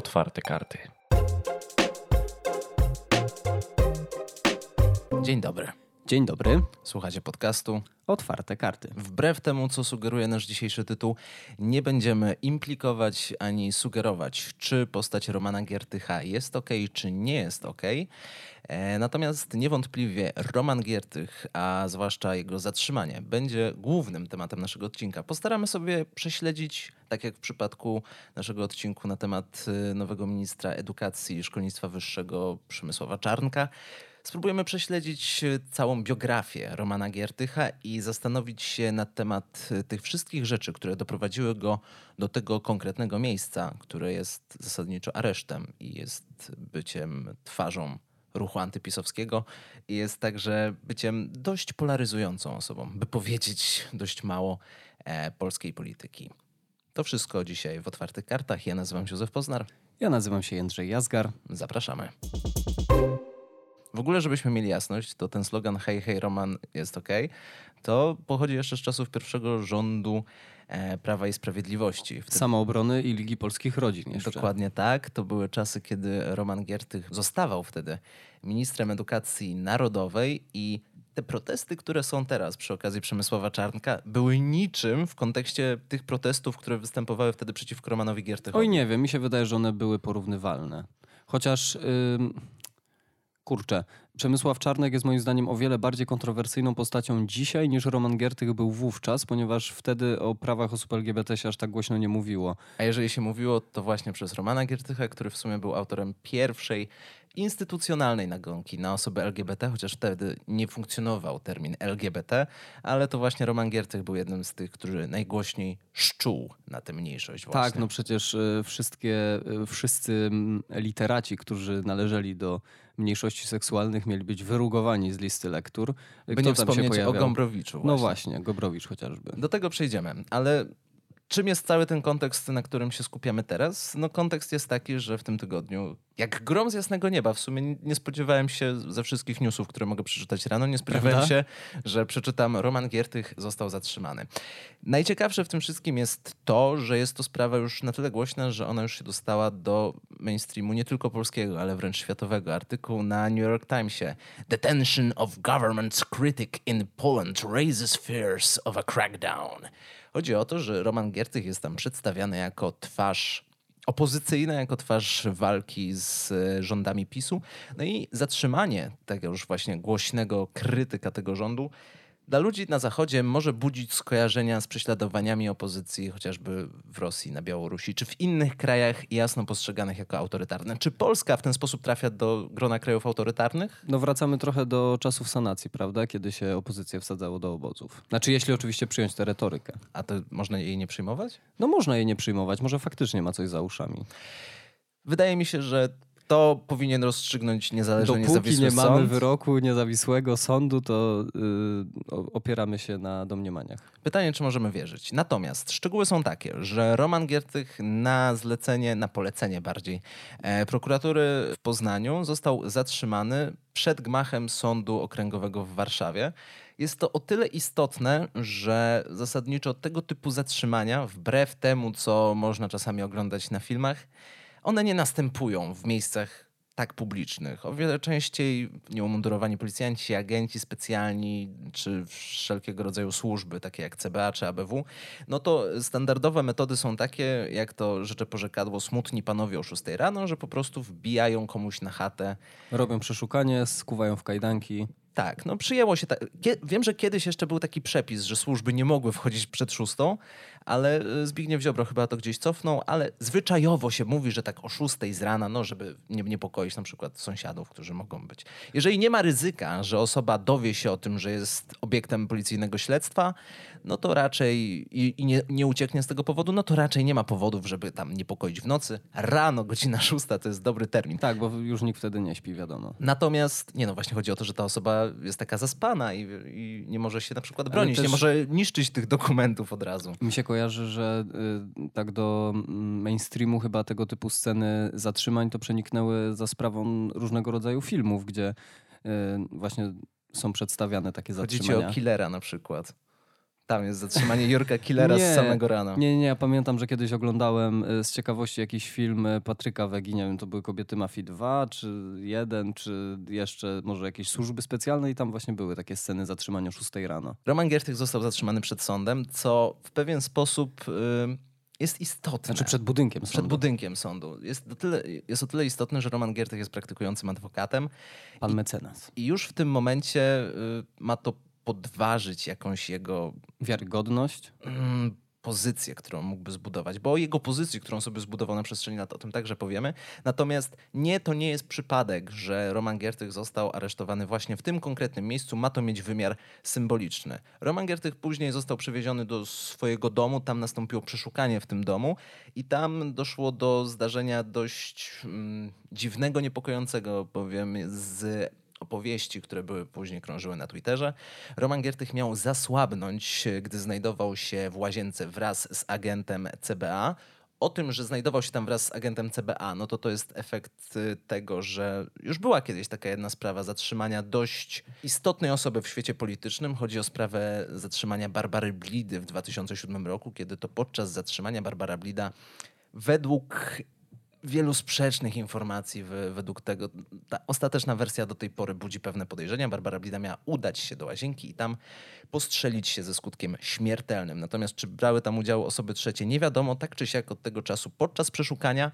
Otwarte karty. Dzień dobry. Dzień dobry. Słuchacie podcastu. Otwarte karty. Wbrew temu, co sugeruje nasz dzisiejszy tytuł, nie będziemy implikować ani sugerować, czy postać Romana Giertycha jest okej, czy nie jest okej. Natomiast niewątpliwie Roman Giertych, a zwłaszcza jego zatrzymanie, będzie głównym tematem naszego odcinka. Postaramy sobie prześledzić, tak jak w przypadku naszego odcinku na temat nowego ministra edukacji i szkolnictwa wyższego Przemysława Czarnka, spróbujemy prześledzić całą biografię Romana Giertycha i zastanowić się na temat tych wszystkich rzeczy, które doprowadziły go do tego konkretnego miejsca, które jest zasadniczo aresztem i jest byciem twarzą ruchu antypisowskiego i jest także byciem dość polaryzującą osobą, by powiedzieć dość mało polskiej polityki. To wszystko dzisiaj w Otwartych Kartach. Ja nazywam się Józef Poznar. Ja nazywam się Jędrzej Jazgar. Zapraszamy. W ogóle, żebyśmy mieli jasność, to ten slogan hej, hej, Roman jest okej, to pochodzi jeszcze z czasów pierwszego rządu Prawa i Sprawiedliwości. Samoobrony i Ligi Polskich Rodzin jeszcze. Dokładnie tak. To były czasy, kiedy Roman Giertych zostawał wtedy ministrem edukacji narodowej i te protesty, które są teraz przy okazji Przemysława Czarnka, były niczym w kontekście tych protestów, które występowały wtedy przeciwko Romanowi Giertychowi. Oj, nie wiem, mi się wydaje, że one były porównywalne. Chociaż... Przemysław Czarnek jest moim zdaniem o wiele bardziej kontrowersyjną postacią dzisiaj niż Roman Giertych był wówczas, ponieważ wtedy o prawach osób LGBT się aż tak głośno nie mówiło. A jeżeli się mówiło, to właśnie przez Romana Giertycha, który w sumie był autorem pierwszej instytucjonalnej nagonki na osoby LGBT, chociaż wtedy nie funkcjonował termin LGBT, ale to właśnie Roman Giertych był jednym z tych, który najgłośniej szczuł na tę mniejszość właśnie. Tak, no przecież wszyscy literaci, którzy należeli do mniejszości seksualnych, mieli być wyrugowani z listy lektur. By nie wspomnieć o Gombrowiczu. No właśnie, Gombrowicz chociażby. Do tego przejdziemy, ale czym jest cały ten kontekst, na którym się skupiamy teraz? No kontekst jest taki, że w tym tygodniu, jak grom z jasnego nieba, w sumie nie spodziewałem się ze wszystkich newsów, które mogę przeczytać rano, nie spodziewałem się, że przeczytam Roman Giertych został zatrzymany. Najciekawsze w tym wszystkim jest to, że jest to sprawa już na tyle głośna, że ona już się dostała do mainstreamu nie tylko polskiego, ale wręcz światowego. Artykuł na New York Timesie. Detention of government's critic in Poland raises fears of a crackdown. Chodzi o to, że Roman Giertych jest tam przedstawiany jako twarz opozycyjna, jako twarz walki z rządami PiS-u. No i zatrzymanie tego już właśnie głośnego krytyka tego rządu dla ludzi na Zachodzie może budzić skojarzenia z prześladowaniami opozycji, chociażby w Rosji, na Białorusi, czy w innych krajach jasno postrzeganych jako autorytarne. Czy Polska w ten sposób trafia do grona krajów autorytarnych? No wracamy trochę do czasów sanacji, prawda? Kiedy się opozycję wsadzało do obozów. Znaczy, jeśli oczywiście przyjąć tę retorykę. A to można jej nie przyjmować? No można jej nie przyjmować, może faktycznie ma coś za uszami. Wydaje mi się, że to powinien rozstrzygnąć niezależny, Dopóki niezawisły nie sąd. mamy wyroku niezawisłego sądu, to opieramy się na domniemaniach. Pytanie, czy możemy wierzyć. Natomiast szczegóły są takie, że Roman Giertych na zlecenie, na polecenie bardziej prokuratury w Poznaniu został zatrzymany przed gmachem Sądu Okręgowego w Warszawie. Jest to o tyle istotne, że zasadniczo tego typu zatrzymania, wbrew temu, co można czasami oglądać na filmach, one nie następują w miejscach tak publicznych. O wiele częściej nieumundurowani policjanci, agenci specjalni czy wszelkiego rodzaju służby, takie jak CBA czy ABW, no to standardowe metody są takie, jak to rzecze porzekadło, smutni panowie o 6 rano, że po prostu wbijają komuś na chatę. Robią przeszukanie, skuwają w kajdanki. Tak, no przyjęło się. Wiem, że kiedyś jeszcze był taki przepis, że służby nie mogły wchodzić przed 6, ale Zbigniew Ziobro chyba to gdzieś cofnął, ale zwyczajowo się mówi, że tak o 6 z rana, no żeby nie niepokoić na przykład sąsiadów, którzy mogą być. Jeżeli nie ma ryzyka, że osoba dowie się o tym, że jest obiektem policyjnego śledztwa, no to raczej i nie ucieknie z tego powodu, no to raczej nie ma powodów, żeby tam niepokoić w nocy. Rano, godzina 6 to jest dobry termin. Tak, bo już nikt wtedy nie śpi, wiadomo. Natomiast, no właśnie chodzi o to, że ta osoba jest taka zaspana i nie może się na przykład bronić, nie może niszczyć tych dokumentów od razu. Mi się kojarzy, że tak do mainstreamu chyba tego typu sceny zatrzymań to przeniknęły za sprawą różnego rodzaju filmów, gdzie właśnie są przedstawiane takie zatrzymania. Chodzi ci o Killera na przykład. Tam jest zatrzymanie Jurka Killera z samego rana. Nie, ja pamiętam, że kiedyś oglądałem z ciekawości jakiś film Patryka Wegi, nie wiem, to były Kobiety Mafii 2, czy 1, czy jeszcze może jakieś służby specjalne i tam właśnie były takie sceny zatrzymania o 6 rano. Roman Giertych został zatrzymany przed sądem, co w pewien sposób jest istotne. Znaczy przed budynkiem sądu. Przed budynkiem sądu. Jest o tyle istotne, że Roman Giertych jest praktykującym adwokatem. Pan mecenas. I już w tym momencie ma to podważyć jakąś jego wiarygodność, pozycję, którą mógłby zbudować. Bo o jego pozycji, którą sobie zbudował na przestrzeni lat, o tym także powiemy. Natomiast to nie jest przypadek, że Roman Giertych został aresztowany właśnie w tym konkretnym miejscu. Ma to mieć wymiar symboliczny. Roman Giertych później został przywieziony do swojego domu. Tam nastąpiło przeszukanie w tym domu i tam doszło do zdarzenia dość dziwnego, niepokojącego, powiem, z opowieści, które później krążyły na Twitterze. Roman Giertych miał zasłabnąć, gdy znajdował się w łazience wraz z agentem CBA. O tym, że znajdował się tam wraz z agentem CBA, no to jest efekt tego, że już była kiedyś taka jedna sprawa zatrzymania dość istotnej osoby w świecie politycznym. Chodzi o sprawę zatrzymania Barbary Blidy w 2007 roku, kiedy to podczas zatrzymania Barbara Blida według wielu sprzecznych informacji według tego. Ta ostateczna wersja do tej pory budzi pewne podejrzenia. Barbara Blida miała udać się do łazienki i tam postrzelić się ze skutkiem śmiertelnym. Natomiast czy brały tam udział osoby trzecie, nie wiadomo. Tak czy siak od tego czasu podczas przeszukania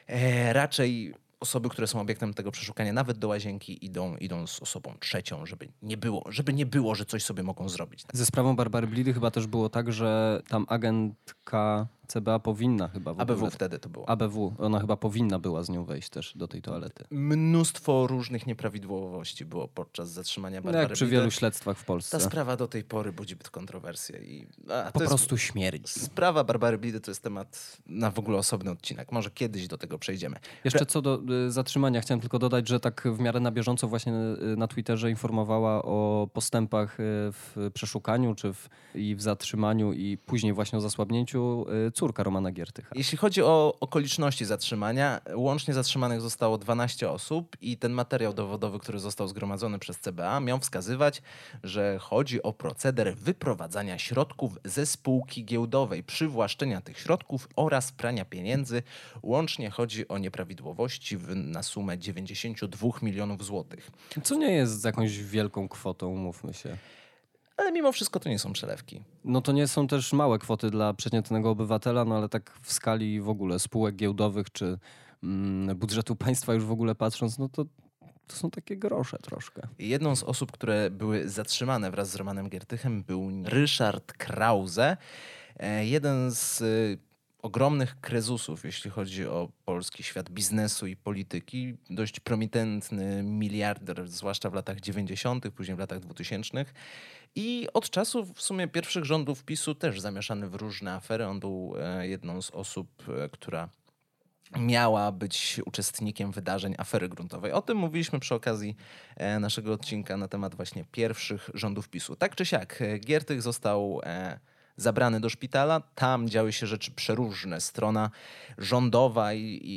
raczej osoby, które są obiektem tego przeszukania, nawet do łazienki idą z osobą trzecią, żeby nie było, że coś sobie mogą zrobić. Ze sprawą Barbary Blidy chyba też było tak, że tam agentka CBA powinna chyba... ABW wtedy to było. ABW. Ona chyba powinna była z nią wejść też do tej toalety. Mnóstwo różnych nieprawidłowości było podczas zatrzymania Barbary Jak przy Blidy. wielu śledztwach w Polsce. Ta sprawa do tej pory budzi kontrowersje. Po prostu śmierdzi. Sprawa Barbary Blidy to jest temat na w ogóle osobny odcinek. Może kiedyś do tego przejdziemy. Jeszcze co do zatrzymania, chciałem tylko dodać, że tak w miarę na bieżąco właśnie na Twitterze informowała o postępach w przeszukaniu i w zatrzymaniu i później właśnie o zasłabnięciu córka Romana Giertycha. Jeśli chodzi o okoliczności zatrzymania, łącznie zatrzymanych zostało 12 osób i ten materiał dowodowy, który został zgromadzony przez CBA, miał wskazywać, że chodzi o proceder wyprowadzania środków ze spółki giełdowej, przywłaszczenia tych środków oraz prania pieniędzy. Łącznie chodzi o nieprawidłowości na sumę 92 milionów złotych. Co nie jest jakąś wielką kwotą, mówmy się. Ale mimo wszystko to nie są przelewki. No to nie są też małe kwoty dla przeciętnego obywatela, no ale tak w skali w ogóle spółek giełdowych czy budżetu państwa już w ogóle patrząc, no to są takie grosze troszkę. Jedną z osób, które były zatrzymane wraz z Romanem Giertychem był Ryszard Krause, jeden z ogromnych krezusów, jeśli chodzi o polski świat biznesu i polityki. Dość prominentny miliarder, zwłaszcza w latach 90., później w latach 2000. I od czasu w sumie pierwszych rządów PiS-u też zamieszany w różne afery. On był jedną z osób, która miała być uczestnikiem wydarzeń afery gruntowej. O tym mówiliśmy przy okazji naszego odcinka na temat właśnie pierwszych rządów PiS-u. Tak czy siak, Giertych został zabrany do szpitala. Tam działy się rzeczy przeróżne. Strona rządowa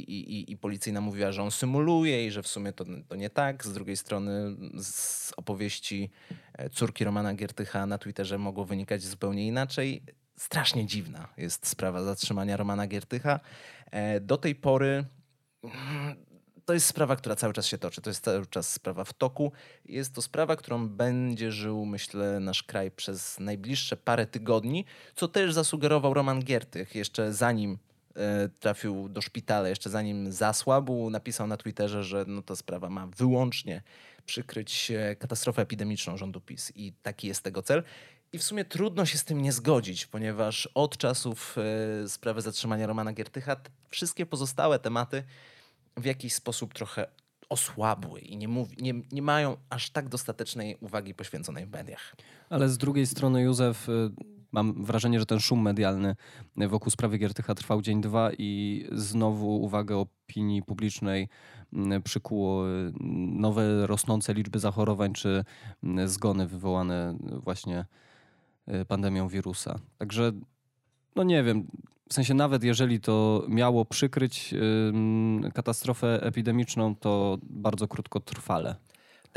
i policyjna mówiła, że on symuluje i że w sumie to nie tak. Z drugiej strony z opowieści córki Romana Giertycha na Twitterze mogło wynikać zupełnie inaczej. Strasznie dziwna jest sprawa zatrzymania Romana Giertycha. Do tej pory to jest sprawa, która cały czas się toczy. To jest cały czas sprawa w toku. Jest to sprawa, którą będzie żył, myślę, nasz kraj przez najbliższe parę tygodni, co też zasugerował Roman Giertych. Jeszcze zanim trafił do szpitala, jeszcze zanim zasłabł, napisał na Twitterze, że ta sprawa ma wyłącznie przykryć katastrofę epidemiczną rządu PiS i taki jest tego cel. I w sumie trudno się z tym nie zgodzić, ponieważ od czasów sprawy zatrzymania Romana Giertycha wszystkie pozostałe tematy w jakiś sposób trochę osłabły i nie mają aż tak dostatecznej uwagi poświęconej w mediach. Ale z drugiej strony, Józef, mam wrażenie, że ten szum medialny wokół sprawy Giertycha trwał dzień, dwa i znowu uwagę opinii publicznej przykuło nowe, rosnące liczby zachorowań czy zgony wywołane właśnie pandemią wirusa. Także, no nie wiem, w sensie nawet jeżeli to miało przykryć katastrofę epidemiczną, to bardzo krótkotrwale.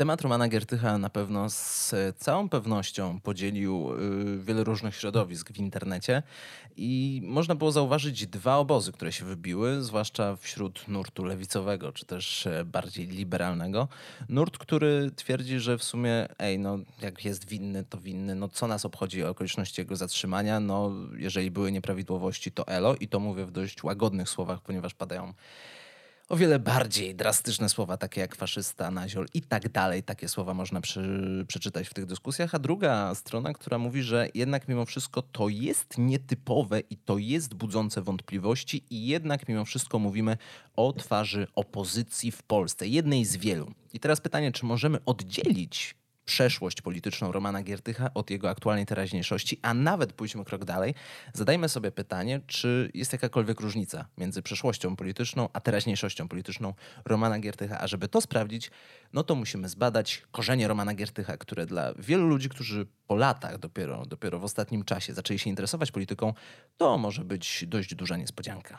Temat Romana Giertycha na pewno z całą pewnością podzielił wiele różnych środowisk w internecie i można było zauważyć dwa obozy, które się wybiły, zwłaszcza wśród nurtu lewicowego, czy też bardziej liberalnego. Nurt, który twierdzi, że w sumie no jak jest winny, to winny, no co nas obchodzi o okoliczności jego zatrzymania, no jeżeli były nieprawidłowości, to elo, i to mówię w dość łagodnych słowach, ponieważ padają o wiele bardziej drastyczne słowa, takie jak faszysta, naziol i tak dalej. Takie słowa można przeczytać w tych dyskusjach. A druga strona, która mówi, że jednak mimo wszystko to jest nietypowe i to jest budzące wątpliwości i jednak mimo wszystko mówimy o twarzy opozycji w Polsce, jednej z wielu. I teraz pytanie, czy możemy oddzielić przeszłość polityczną Romana Giertycha od jego aktualnej teraźniejszości, a nawet pójdźmy krok dalej, zadajmy sobie pytanie, czy jest jakakolwiek różnica między przeszłością polityczną a teraźniejszością polityczną Romana Giertycha. A żeby to sprawdzić, no to musimy zbadać korzenie Romana Giertycha, które dla wielu ludzi, którzy po latach dopiero w ostatnim czasie zaczęli się interesować polityką, to może być dość duża niespodzianka.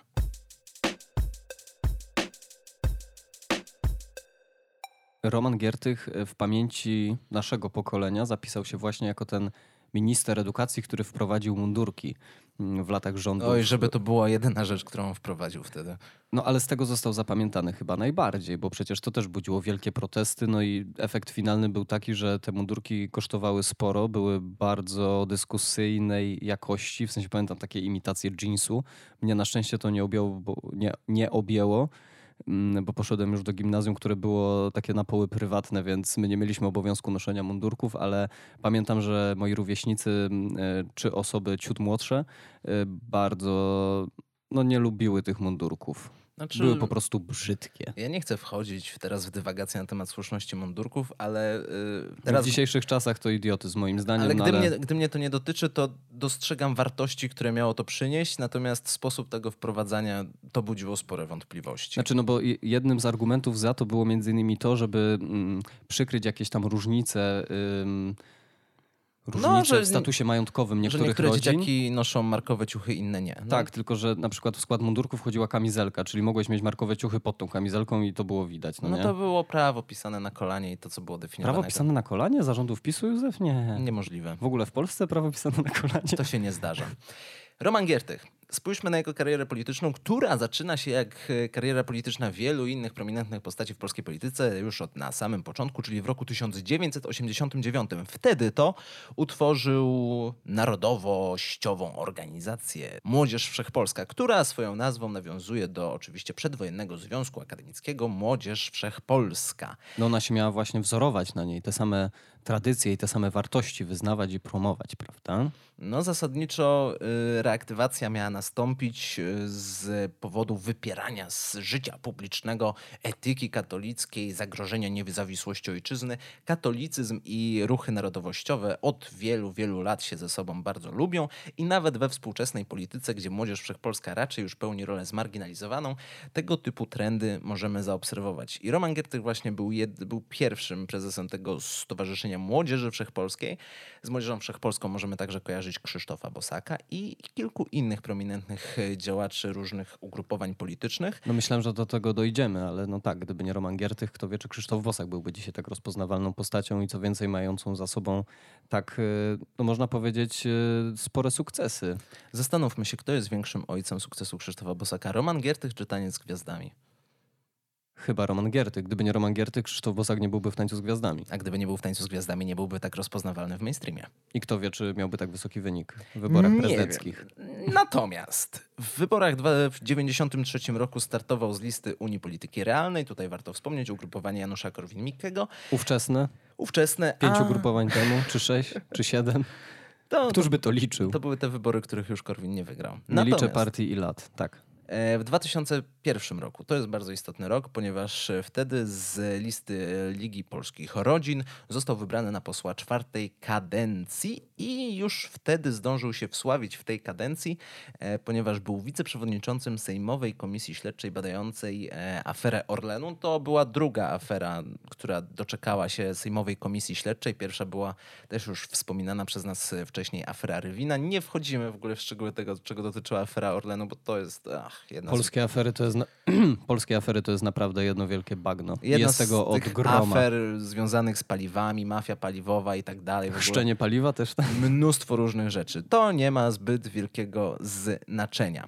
Roman Giertych w pamięci naszego pokolenia zapisał się właśnie jako ten minister edukacji, który wprowadził mundurki w latach rządów. Oj, żeby to była jedyna rzecz, którą wprowadził wtedy. No ale z tego został zapamiętany chyba najbardziej, bo przecież to też budziło wielkie protesty, no i efekt finalny był taki, że te mundurki kosztowały sporo, były bardzo dyskusyjnej jakości, w sensie pamiętam takie imitacje jeansu. Mnie na szczęście to nie objęło, bo poszedłem już do gimnazjum, które było takie na poły prywatne, więc my nie mieliśmy obowiązku noszenia mundurków, ale pamiętam, że moi rówieśnicy czy osoby ciut młodsze bardzo nie lubiły tych mundurków. Były po prostu brzydkie. Ja nie chcę wchodzić teraz w dywagację na temat słuszności mundurków, ale teraz... W dzisiejszych czasach to idiotyzm moim zdaniem. Ale gdy mnie to nie dotyczy, to dostrzegam wartości, które miało to przynieść, natomiast sposób tego wprowadzania to budziło spore wątpliwości. Znaczy, no bo jednym z argumentów za to było między innymi to, żeby przykryć jakieś tam różnice w statusie majątkowym niektórych niektóre rodzin. dzieciaki noszą markowe ciuchy, inne nie. No. Tak, tylko że na przykład w skład mundurków wchodziła kamizelka, czyli mogłeś mieć markowe ciuchy pod tą kamizelką i to było widać. No to było prawo pisane na kolanie i to, co było definiowane. Prawo pisane na kolanie? Zarządów PiS-u, Józef? Nie. Niemożliwe. W ogóle w Polsce prawo pisane na kolanie? To się nie zdarza. Roman Giertych. Spójrzmy na jego karierę polityczną, która zaczyna się jak kariera polityczna wielu innych prominentnych postaci w polskiej polityce już na samym początku, czyli w roku 1989. Wtedy to utworzył narodowościową organizację Młodzież Wszechpolska, która swoją nazwą nawiązuje do oczywiście przedwojennego Związku Akademickiego Młodzież Wszechpolska. No ona się miała właśnie wzorować na niej, te same tradycje i te same wartości wyznawać i promować, prawda? No zasadniczo reaktywacja miała nastąpić z powodu wypierania z życia publicznego etyki katolickiej, zagrożenia niezawisłości ojczyzny. Katolicyzm i ruchy narodowościowe od wielu, wielu lat się ze sobą bardzo lubią i nawet we współczesnej polityce, gdzie Młodzież Wszechpolska raczej już pełni rolę zmarginalizowaną, tego typu trendy możemy zaobserwować. I Roman Giertych właśnie był pierwszym prezesem tego Stowarzyszenia Młodzieży Wszechpolskiej. Z Młodzieżą Wszechpolską możemy także kojarzyć Krzysztofa Bosaka i kilku innych prominentnych działaczy różnych ugrupowań politycznych. No myślałem, że do tego dojdziemy, ale no tak, gdyby nie Roman Giertych, kto wie, czy Krzysztof Bosak byłby dzisiaj tak rozpoznawalną postacią i co więcej mającą za sobą tak, no można powiedzieć, spore sukcesy. Zastanówmy się, kto jest większym ojcem sukcesu Krzysztofa Bosaka. Roman Giertych czy Taniec z Gwiazdami? Chyba Roman Giertych. Gdyby nie Roman Giertych, Krzysztof Bosak nie byłby w Tańcu z Gwiazdami. A gdyby nie był w Tańcu z Gwiazdami, nie byłby tak rozpoznawalny w mainstreamie. I kto wie, czy miałby tak wysoki wynik w wyborach prezydenckich. Natomiast w wyborach w 1993 roku startował z listy Unii Polityki Realnej. Tutaj warto wspomnieć ugrupowanie Janusza Korwin-Mikkego. Ówczesne. 5 ugrupowań temu, czy 6, czy 7. Któż by to liczył? To były te wybory, których już Korwin nie wygrał. Nie liczę partii i lat, tak. W 2001 roku, to jest bardzo istotny rok, ponieważ wtedy z listy Ligi Polskich Rodzin został wybrany na posła 4. kadencji i już wtedy zdążył się wsławić w tej kadencji, ponieważ był wiceprzewodniczącym Sejmowej Komisji Śledczej badającej aferę Orlenu. To była druga afera, która doczekała się Sejmowej Komisji Śledczej. Pierwsza była też już wspominana przez nas wcześniej afera Rywina. Nie wchodzimy w ogóle w szczegóły tego, czego dotyczyła afera Orlenu, bo to jest ach. Polskie afery to jest naprawdę jedno wielkie bagno. Jedna jest tego od tych groma. afer związanych z paliwami, mafia paliwowa i tak dalej. Chrzczenie paliwa też tam. Mnóstwo różnych rzeczy. To nie ma zbyt wielkiego znaczenia.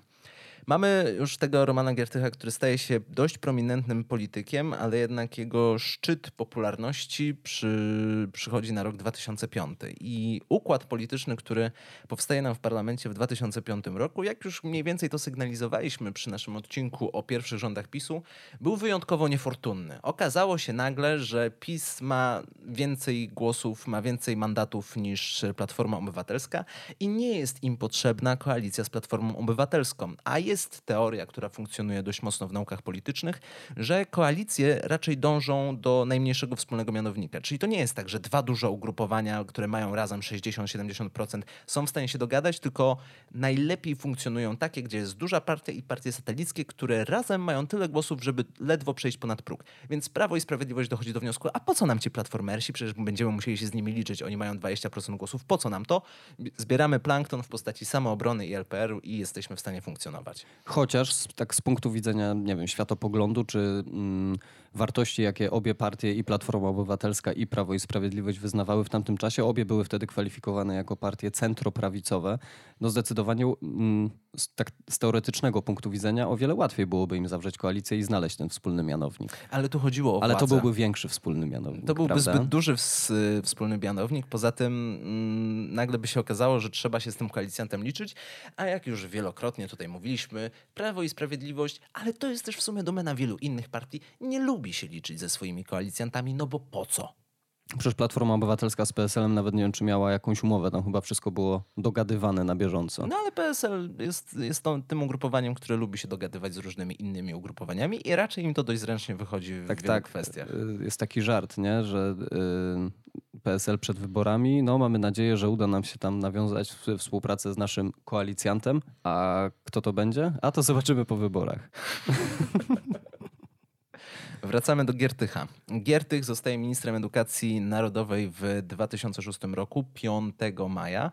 Mamy już tego Romana Giertycha, który staje się dość prominentnym politykiem, ale jednak jego szczyt popularności przychodzi na rok 2005. I układ polityczny, który powstaje nam w parlamencie w 2005 roku, jak już mniej więcej to sygnalizowaliśmy przy naszym odcinku o pierwszych rządach PiS-u, był wyjątkowo niefortunny. Okazało się nagle, że PiS ma więcej głosów, ma więcej mandatów niż Platforma Obywatelska i nie jest im potrzebna koalicja z Platformą Obywatelską, a jest teoria, która funkcjonuje dość mocno w naukach politycznych, że koalicje raczej dążą do najmniejszego wspólnego mianownika. Czyli to nie jest tak, że dwa duże ugrupowania, które mają razem 60-70% są w stanie się dogadać, tylko najlepiej funkcjonują takie, gdzie jest duża partia i partie satelickie, które razem mają tyle głosów, żeby ledwo przejść ponad próg. Więc Prawo i Sprawiedliwość dochodzi do wniosku, a po co nam ci platformersi? Przecież będziemy musieli się z nimi liczyć. Oni mają 20% głosów. Po co nam to? Zbieramy plankton w postaci Samoobrony i LPR-u i jesteśmy w stanie funkcjonować. Chociaż tak z punktu widzenia, nie wiem, światopoglądu czy wartości, jakie obie partie, i Platforma Obywatelska, i Prawo i Sprawiedliwość wyznawały w tamtym czasie, obie były wtedy kwalifikowane jako partie centroprawicowe. No zdecydowanie tak z teoretycznego punktu widzenia o wiele łatwiej byłoby im zawrzeć koalicję i znaleźć ten wspólny mianownik. Ale tu chodziło o władzę. Ale to byłby większy wspólny mianownik. To byłby prawda? zbyt duży wspólny mianownik. Poza tym nagle by się okazało, że trzeba się z tym koalicjantem liczyć, a jak już wielokrotnie tutaj mówiliśmy, Prawo i Sprawiedliwość, ale to jest też w sumie domena wielu innych partii, nie lubi się liczyć ze swoimi koalicjantami, no bo po co? Przecież Platforma Obywatelska z PSL-em nawet nie wiem, czy miała jakąś umowę. Tam chyba wszystko było dogadywane na bieżąco. No ale PSL jest tym ugrupowaniem, które lubi się dogadywać z różnymi innymi ugrupowaniami i raczej im to dość zręcznie wychodzi w wielu kwestiach. Jest taki żart, nie? Że PSL przed wyborami, no mamy nadzieję, że uda nam się tam nawiązać współpracę z naszym koalicjantem. A kto to będzie? A to zobaczymy po wyborach. Wracamy do Giertycha. Giertych zostaje ministrem edukacji narodowej w 2006 roku, 5 maja.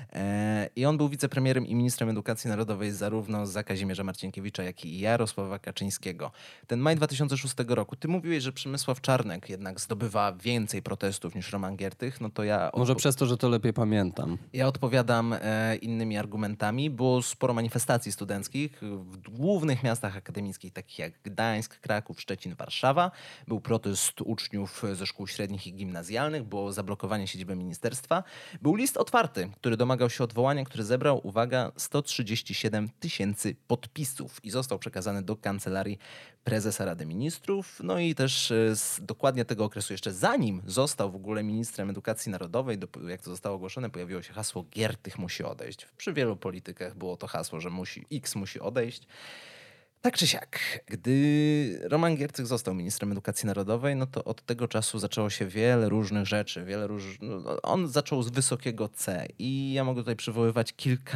I on był wicepremierem i ministrem edukacji narodowej zarówno za Kazimierza Marcinkiewicza, jak i Jarosława Kaczyńskiego. Ten maj 2006 roku. Ty mówiłeś, że Przemysław Czarnek jednak zdobywa więcej protestów niż Roman Giertych. No to ja... Może przez to, że to lepiej pamiętam. Ja odpowiadam innymi argumentami. Było sporo manifestacji studenckich w głównych miastach akademickich, takich jak Gdańsk, Kraków, Szczecin, Warszawa. Był protest uczniów ze szkół średnich i gimnazjalnych, było zablokowanie siedziby ministerstwa. Był list otwarty, który domagał się odwołania, który zebrał, uwaga, 137 000 podpisów i został przekazany do Kancelarii Prezesa Rady Ministrów. No i też z dokładnie tego okresu, jeszcze zanim został w ogóle ministrem edukacji narodowej, jak to zostało ogłoszone, pojawiło się hasło Giertych musi odejść. Przy wielu politykach było to hasło, że X musi odejść. Tak czy siak, gdy Roman Giertych został ministrem edukacji narodowej, no to od tego czasu zaczęło się wiele różnych rzeczy. On zaczął z wysokiego C i ja mogę tutaj przywoływać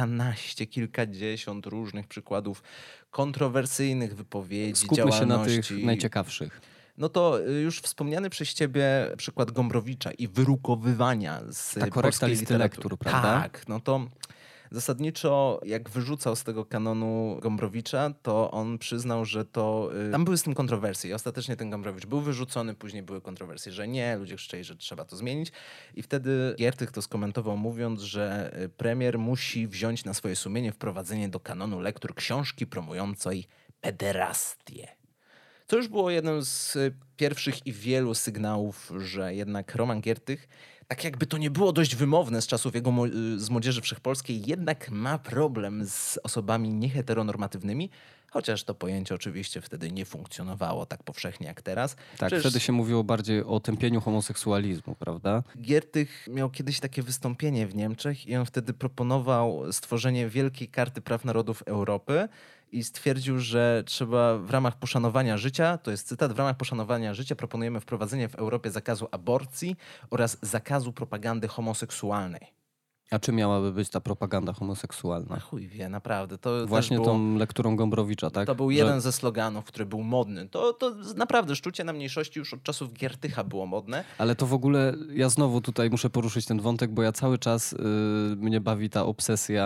kilkadziesiąt różnych przykładów kontrowersyjnych wypowiedzi, Skupmy działalności. się na tych najciekawszych. No to już wspomniany przez ciebie przykład Gombrowicza i wyrukowywania z polskiej listy lektur, prawda? Tak, no to... Zasadniczo, jak wyrzucał z tego kanonu Gombrowicza, to on przyznał, że to... Tam były z tym kontrowersje i ostatecznie ten Gombrowicz był wyrzucony, później były kontrowersje, że nie, ludzie krzyczeli, że trzeba to zmienić. I wtedy Giertych to skomentował, mówiąc, że premier musi wziąć na swoje sumienie wprowadzenie do kanonu lektur książki promującej pederastię. Co już było jednym z pierwszych i wielu sygnałów, że jednak Roman Giertych, tak jakby to nie było dość wymowne z czasów z Młodzieży Wszechpolskiej, jednak ma problem z osobami nieheteronormatywnymi, chociaż to pojęcie oczywiście wtedy nie funkcjonowało tak powszechnie jak teraz. Tak, wtedy się mówiło bardziej o tępieniu homoseksualizmu, prawda? Giertych miał kiedyś takie wystąpienie w Niemczech i on wtedy proponował stworzenie Wielkiej Karty Praw Narodów Europy i stwierdził, że trzeba w ramach poszanowania życia, to jest cytat, w ramach poszanowania życia proponujemy wprowadzenie w Europie zakazu aborcji oraz zakazu propagandy homoseksualnej. A czy miałaby być ta propaganda homoseksualna? A chuj wie, naprawdę. To właśnie było, tą lekturą Gombrowicza, tak? To był jeden ze sloganów, który był modny. To naprawdę szczucie na mniejszości już od czasów Giertycha było modne. Ale to w ogóle, ja znowu tutaj muszę poruszyć ten wątek, bo ja cały czas mnie bawi ta obsesja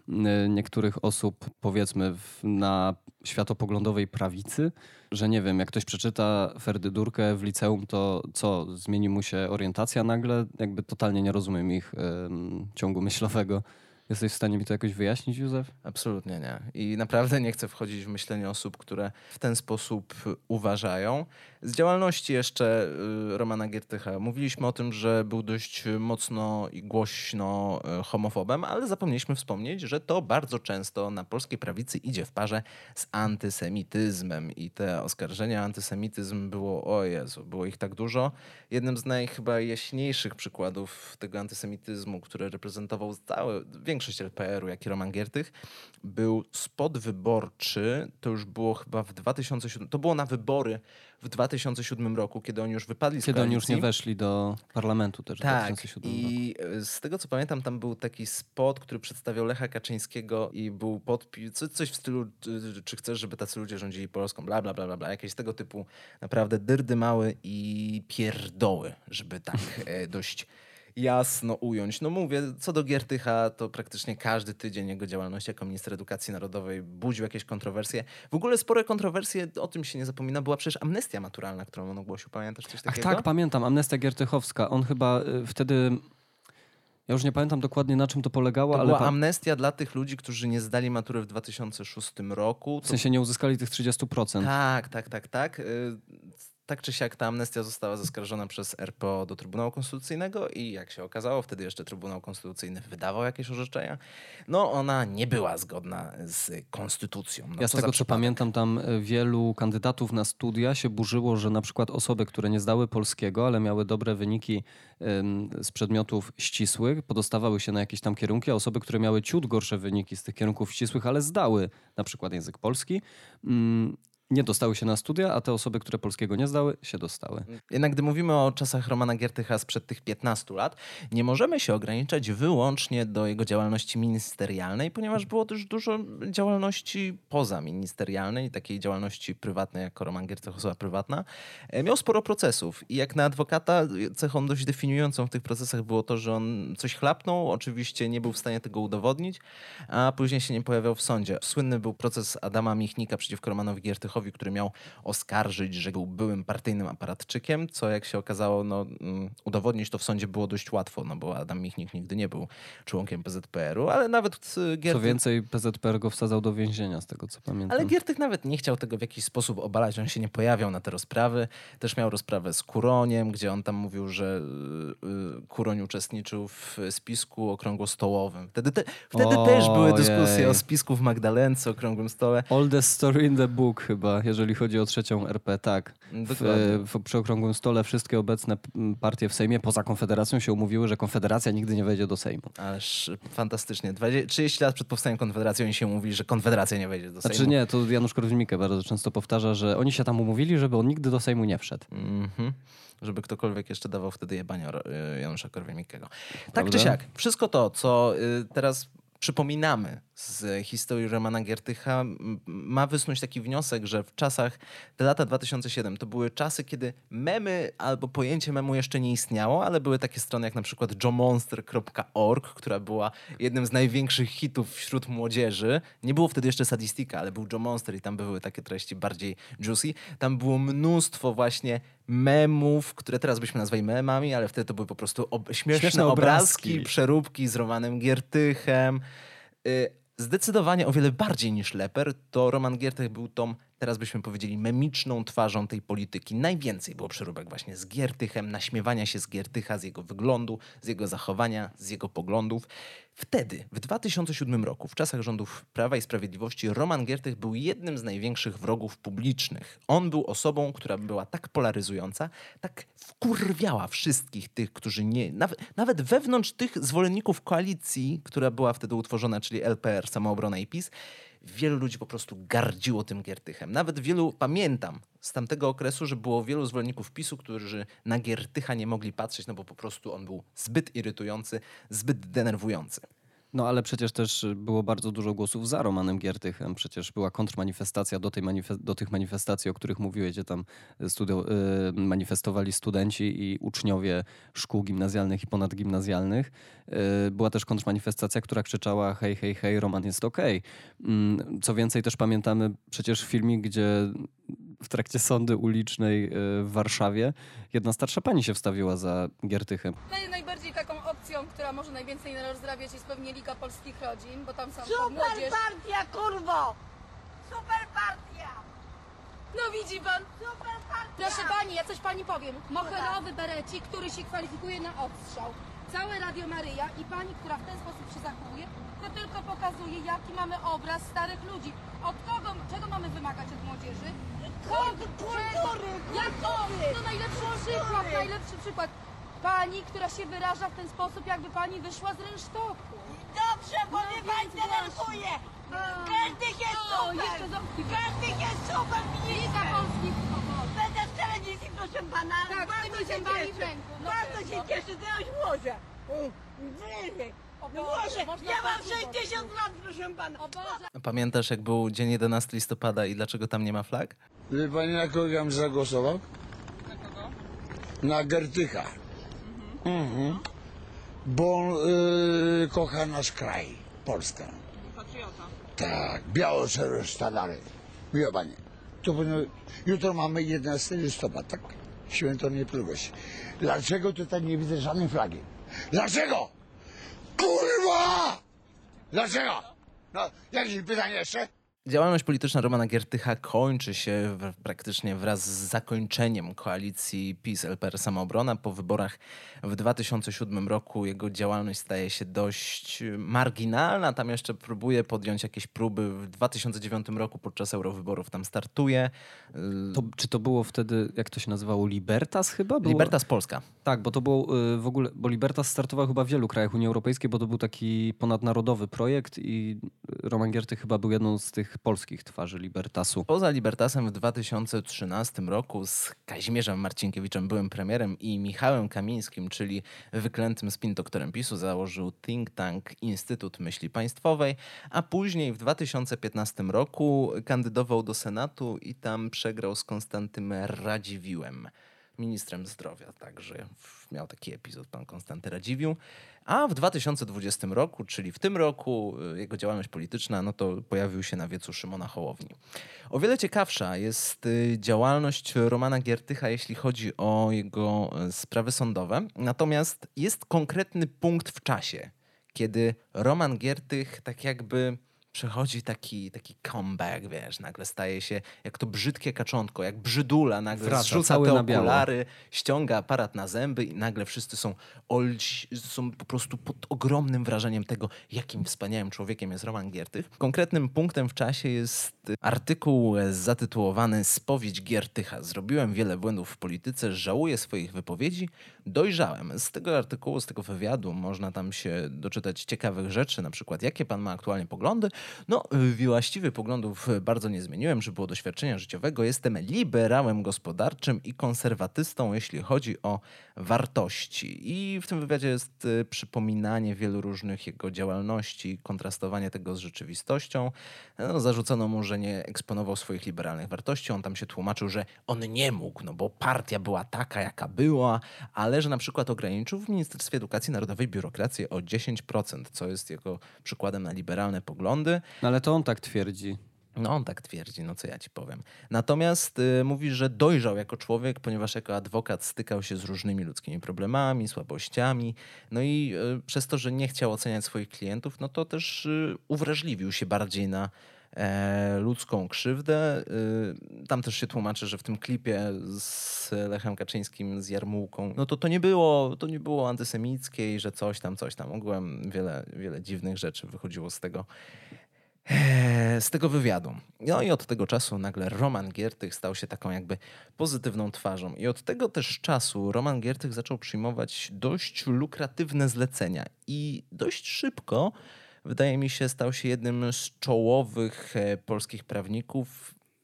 niektórych osób, powiedzmy, na światopoglądowej prawicy, że nie wiem, jak ktoś przeczyta Ferdydurkę w liceum, to co, zmieni mu się orientacja nagle? Jakby totalnie nie rozumiem ich ciągu myślowego. Jesteś w stanie mi to jakoś wyjaśnić, Józef? Absolutnie nie. I naprawdę nie chcę wchodzić w myślenie osób, które w ten sposób uważają. Z działalności jeszcze Romana Giertycha. Mówiliśmy o tym, że był dość mocno i głośno homofobem, ale zapomnieliśmy wspomnieć, że to bardzo często na polskiej prawicy idzie w parze z antysemityzmem. I te oskarżenia o antysemityzm było, o Jezu, było ich tak dużo. Jednym z chyba jaśniejszych przykładów tego antysemityzmu, który reprezentował większość LPR-u, jak i Roman Giertych, był spot wyborczy. To już było chyba w 2007. To było na wybory w 2007 roku, kiedy oni już wypadli z koalicji. Kiedy oni już nie weszli do parlamentu też w 2007 roku. I z tego co pamiętam, tam był taki spot, który przedstawiał Lecha Kaczyńskiego i był podpis, coś w stylu, czy chcesz, żeby tacy ludzie rządzili Polską, bla, bla, bla, bla, bla. Jakieś tego typu naprawdę dyrdy małe i pierdoły, żeby tak dość jasno ująć. No mówię, co do Giertycha, to praktycznie każdy tydzień jego działalności jako minister edukacji narodowej budził jakieś kontrowersje. W ogóle spore kontrowersje, o tym się nie zapomina, była przecież amnestia maturalna, którą on ogłosił. Pamiętasz coś takiego? Ach tak, pamiętam. Amnestia giertychowska. On chyba wtedy... Ja już nie pamiętam dokładnie, na czym to polegało, to ale... była amnestia dla tych ludzi, którzy nie zdali matury w 2006 roku. W sensie nie uzyskali tych 30%. Tak. Tak czy siak ta amnestia została zaskarżona przez RPO do Trybunału Konstytucyjnego i jak się okazało, wtedy jeszcze Trybunał Konstytucyjny wydawał jakieś orzeczenia. No ona nie była zgodna z konstytucją. No, ja z tego co pamiętam, tam wielu kandydatów na studia się burzyło, że na przykład osoby, które nie zdały polskiego, ale miały dobre wyniki z przedmiotów ścisłych, podostawały się na jakieś tam kierunki, a osoby, które miały ciut gorsze wyniki z tych kierunków ścisłych, ale zdały na przykład język polski, nie dostały się na studia, a te osoby, które polskiego nie zdały, się dostały. Jednak gdy mówimy o czasach Romana Giertycha sprzed tych 15 lat, nie możemy się ograniczać wyłącznie do jego działalności ministerialnej, ponieważ było też dużo działalności pozaministerialnej, takiej działalności prywatnej, jako Roman Giertych, osoba prywatna. Miał sporo procesów i jak na adwokata cechą dość definiującą w tych procesach było to, że on coś chlapnął, oczywiście nie był w stanie tego udowodnić, a później się nie pojawiał w sądzie. Słynny był proces Adama Michnika przeciwko Romanowi Giertychowi, który miał oskarżyć, że był byłym partyjnym aparatczykiem, co jak się okazało, udowodnić to w sądzie było dość łatwo, bo Adam Michnik nigdy nie był członkiem PZPR-u, ale nawet Giertych... Co więcej, PZPR go wsadzał do więzienia, z tego co pamiętam. Ale Giertych nawet nie chciał tego w jakiś sposób obalać, on się nie pojawiał na te rozprawy. Też miał rozprawę z Kuroniem, gdzie on tam mówił, że Kuroń uczestniczył w spisku okrągłostołowym. Wtedy też były dyskusje o spisku w Magdalence, okrągłym stole. Oldest story in the book chyba, jeżeli chodzi o trzecią RP, tak. Przy okrągłym stole wszystkie obecne partie w Sejmie, poza Konfederacją, się umówiły, że Konfederacja nigdy nie wejdzie do Sejmu. Ależ fantastycznie. 30 lat przed powstaniem Konfederacji oni się umówili, że Konfederacja nie wejdzie do Sejmu. Znaczy nie, to Janusz Korwin-Mikke bardzo często powtarza, że oni się tam umówili, żeby on nigdy do Sejmu nie wszedł. Żeby ktokolwiek jeszcze dawał wtedy jebanie Janusza Korwin-Mikkego. Tak czy siak, wszystko to, co teraz przypominamy z historii Romana Giertycha, ma wysnuć taki wniosek, że w czasach, te lata 2007, to były czasy, kiedy memy albo pojęcie memu jeszcze nie istniało, ale były takie strony jak na przykład jomonster.org, która była jednym z największych hitów wśród młodzieży. Nie było wtedy jeszcze Sadistika, ale był Jomonster i tam były takie treści bardziej juicy. Tam było mnóstwo właśnie memów, które teraz byśmy nazwali memami, ale wtedy to były po prostu śmieszne obrazki, przeróbki z Romanem Giertychem. Zdecydowanie o wiele bardziej niż Leper, to Roman Giertych był tą, teraz byśmy powiedzieli, memiczną twarzą tej polityki. Najwięcej było przeróbek właśnie z Giertychem, naśmiewania się z Giertycha, z jego wyglądu, z jego zachowania, z jego poglądów. Wtedy, w 2007 roku, w czasach rządów Prawa i Sprawiedliwości, Roman Giertych był jednym z największych wrogów publicznych. On był osobą, która była tak polaryzująca, tak wkurwiała wszystkich tych, którzy nie... Nawet wewnątrz tych zwolenników koalicji, która była wtedy utworzona, czyli LPR, Samoobrona i PiS, wielu ludzi po prostu gardziło tym Giertychem. Nawet pamiętam z tamtego okresu, że było wielu zwolenników PiS-u, którzy na Giertycha nie mogli patrzeć, bo po prostu on był zbyt irytujący, zbyt denerwujący. No ale przecież też było bardzo dużo głosów za Romanem Giertychem. Przecież była kontrmanifestacja do tych manifestacji, o których mówiłeś, gdzie tam manifestowali studenci i uczniowie szkół gimnazjalnych i ponadgimnazjalnych. Była też kontrmanifestacja, która krzyczała hej, hej, hej, Roman jest okej. Co więcej, też pamiętamy przecież filmik, gdzie w trakcie sądy ulicznej w Warszawie jedna starsza pani się wstawiła za Giertychem. Najbardziej taką opcją, która może najwięcej rozrabiać, jest pewnie Liga Polskich Rodzin, bo tam są Super młodzież. partia, kurwo! Super partia! No widzi pan? Super partia! Proszę pani, ja coś pani powiem. Moherowy berecik, który się kwalifikuje na odstrzał. Całe Radio Maryja i pani, która w ten sposób się zachowuje, to tylko pokazuje, jaki mamy obraz starych ludzi. Od kogo, czego mamy wymagać od młodzieży? Kultury! Jak to? No najlepszy przykład. Pani, która się wyraża w ten sposób, jakby pani wyszła z rynsztoku. Dobrze, bo mnie pani denerwuje! Giertych jest super! Giertych jest super, Liga minister! Polskich Rodzin. Będę w telewizji, proszę pana! Tak, z tymi zębami w ręku. No Bardzo się cieszę, że ja już może! Może! Ja mam 60 lat, proszę pana! O Boże. Pamiętasz, jak był dzień 11 listopada i dlaczego tam nie ma flag? Wie pani, na kogo ja bym zagłosował? Na kogo? Na Giertycha. Mhm. Bo on kocha nasz kraj, Polskę. Patriota. Tak, biało-czerwone sztandary. Wie pani, to jutro mamy 11 listopada, tak? Święto Niepodległości. Dlaczego tutaj nie widzę żadnej flagi? Dlaczego? Kurwa! Dlaczego? No, jakieś pytanie jeszcze? Działalność polityczna Romana Giertycha kończy się praktycznie wraz z zakończeniem koalicji PiS-LPR Samoobrona. Po wyborach w 2007 roku jego działalność staje się dość marginalna. Tam jeszcze próbuje podjąć jakieś próby. W 2009 roku podczas eurowyborów tam startuje. Czy to było wtedy, jak to się nazywało, Libertas chyba? Libertas Polska. Tak, bo to było w ogóle, bo Libertas startował chyba w wielu krajach Unii Europejskiej, bo to był taki ponadnarodowy projekt i Roman Giertych chyba był jedną z tych polskich twarzy Libertasu. Poza Libertasem w 2013 roku z Kazimierzem Marcinkiewiczem, byłym premierem, i Michałem Kamińskim, czyli wyklętym spin-doktorem PiS-u, założył think tank Instytut Myśli Państwowej, a później w 2015 roku kandydował do Senatu i tam przegrał z Konstantym Radziwiłłem, ministrem zdrowia. Także miał taki epizod pan Konstanty Radziwiłł. A w 2020 roku, czyli w tym roku, jego działalność polityczna, no to pojawił się na wiecu Szymona Hołowni. O wiele ciekawsza jest działalność Romana Giertycha, jeśli chodzi o jego sprawy sądowe. Natomiast jest konkretny punkt w czasie, kiedy Roman Giertych tak jakby przechodzi taki comeback, wiesz, nagle staje się jak to brzydkie kaczątko, jak brzydula, nagle Wraca zrzuca cały te na biało. okulary, ściąga aparat na zęby i nagle wszyscy są po prostu pod ogromnym wrażeniem tego, jakim wspaniałym człowiekiem jest Roman Giertych. Konkretnym punktem w czasie jest artykuł zatytułowany Spowiedź Giertycha. Zrobiłem wiele błędów w polityce, żałuję swoich wypowiedzi, dojrzałem. Z tego artykułu, z tego wywiadu można tam się doczytać ciekawych rzeczy, na przykład jakie pan ma aktualnie poglądy. No, właściwie poglądów bardzo nie zmieniłem, że było doświadczenia życiowego. Jestem liberałem gospodarczym i konserwatystą, jeśli chodzi o wartości. I w tym wywiadzie jest przypominanie wielu różnych jego działalności, kontrastowanie tego z rzeczywistością. No, zarzucono mu, że nie eksponował swoich liberalnych wartości. On tam się tłumaczył, że on nie mógł, no bo partia była taka, jaka była, ale że na przykład ograniczył w Ministerstwie Edukacji Narodowej biurokrację o 10%, co jest jego przykładem na liberalne poglądy. No ale to on tak twierdzi. No on tak twierdzi, no co ja ci powiem. Natomiast mówi, że dojrzał jako człowiek, ponieważ jako adwokat stykał się z różnymi ludzkimi problemami, słabościami. No i przez to, że nie chciał oceniać swoich klientów, no to też uwrażliwił się bardziej na ludzką krzywdę. Tam też się tłumaczy, że w tym klipie z Lechem Kaczyńskim, z Jarmułką, no to nie było antysemickie i że coś tam. Ogółem wiele dziwnych rzeczy wychodziło z tego wywiadu. No i od tego czasu nagle Roman Giertych stał się taką jakby pozytywną twarzą. I od tego też czasu Roman Giertych zaczął przyjmować dość lukratywne zlecenia. I dość szybko, wydaje mi się, stał się jednym z czołowych polskich prawników,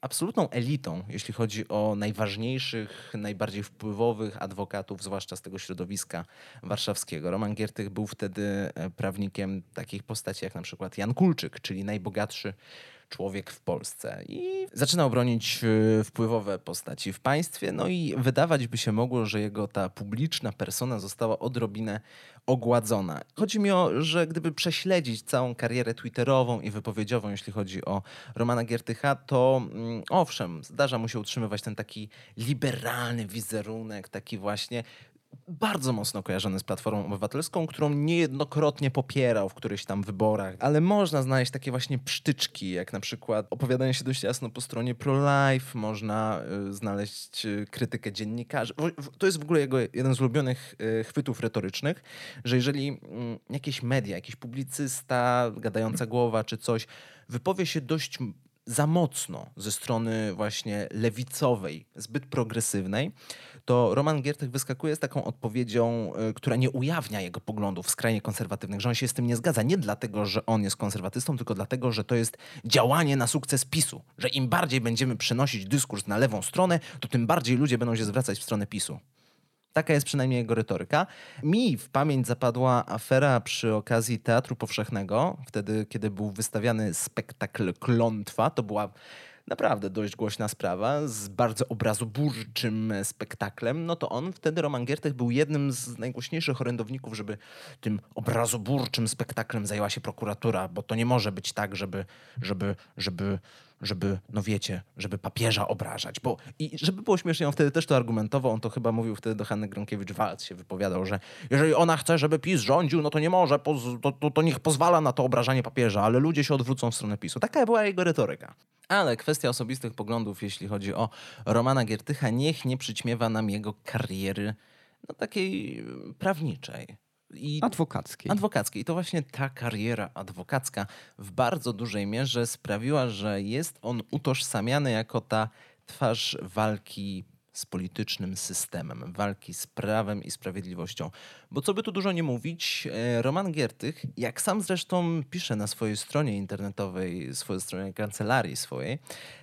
absolutną elitą, jeśli chodzi o najważniejszych, najbardziej wpływowych adwokatów, zwłaszcza z tego środowiska warszawskiego. Roman Giertych był wtedy prawnikiem takich postaci jak na przykład Jan Kulczyk, czyli najbogatszy człowiek w Polsce. I zaczynał bronić wpływowe postaci w państwie, no i wydawać by się mogło, że jego ta publiczna persona została odrobinę ogładzona. Chodzi mi o, że gdyby prześledzić całą karierę twitterową i wypowiedziową, jeśli chodzi o Romana Giertycha, to owszem, zdarza mu się utrzymywać ten taki liberalny wizerunek, taki właśnie bardzo mocno kojarzony z Platformą Obywatelską, którą niejednokrotnie popierał w którychś tam wyborach, ale można znaleźć takie właśnie psztyczki, jak na przykład opowiadanie się dość jasno po stronie pro-life, można znaleźć krytykę dziennikarzy. To jest w ogóle jego jeden z ulubionych chwytów retorycznych, że jeżeli jakieś media, jakiś publicysta, gadająca głowa czy coś wypowie się dość za mocno ze strony właśnie lewicowej, zbyt progresywnej, to Roman Giertych wyskakuje z taką odpowiedzią, która nie ujawnia jego poglądów skrajnie konserwatywnych, że on się z tym nie zgadza. Nie dlatego, że on jest konserwatystą, tylko dlatego, że to jest działanie na sukces PiS-u. Że im bardziej będziemy przenosić dyskurs na lewą stronę, to tym bardziej ludzie będą się zwracać w stronę PiS-u. Taka jest przynajmniej jego retoryka. Mi w pamięć zapadła afera przy okazji Teatru Powszechnego, wtedy, kiedy był wystawiany spektakl Klątwa. To była naprawdę dość głośna sprawa, z bardzo obrazoburczym spektaklem. No to on wtedy, Roman Giertych, był jednym z najgłośniejszych orędowników, żeby tym obrazoburczym spektaklem zajęła się prokuratura, bo to nie może być tak, żeby, no wiecie, żeby papieża obrażać. I żeby było śmiesznie, on wtedy też to argumentował, on to chyba mówił wtedy do Hanny Gronkiewicz-Waltz, się wypowiadał, że jeżeli ona chce, żeby PiS rządził, no to nie może, to niech pozwala na to obrażanie papieża, ale ludzie się odwrócą w stronę PiS-u. Taka była jego retoryka. Ale kwestia osobistych poglądów, jeśli chodzi o Romana Giertycha, niech nie przyćmiewa nam jego kariery, no takiej prawniczej. Adwokackiej. I to właśnie ta kariera adwokacka w bardzo dużej mierze sprawiła, że jest on utożsamiany jako ta twarz walki z politycznym systemem, walki z prawem i sprawiedliwością. Bo co by tu dużo nie mówić, Roman Giertych, jak sam zresztą pisze na swojej stronie internetowej, swojej stronie kancelarii swojej,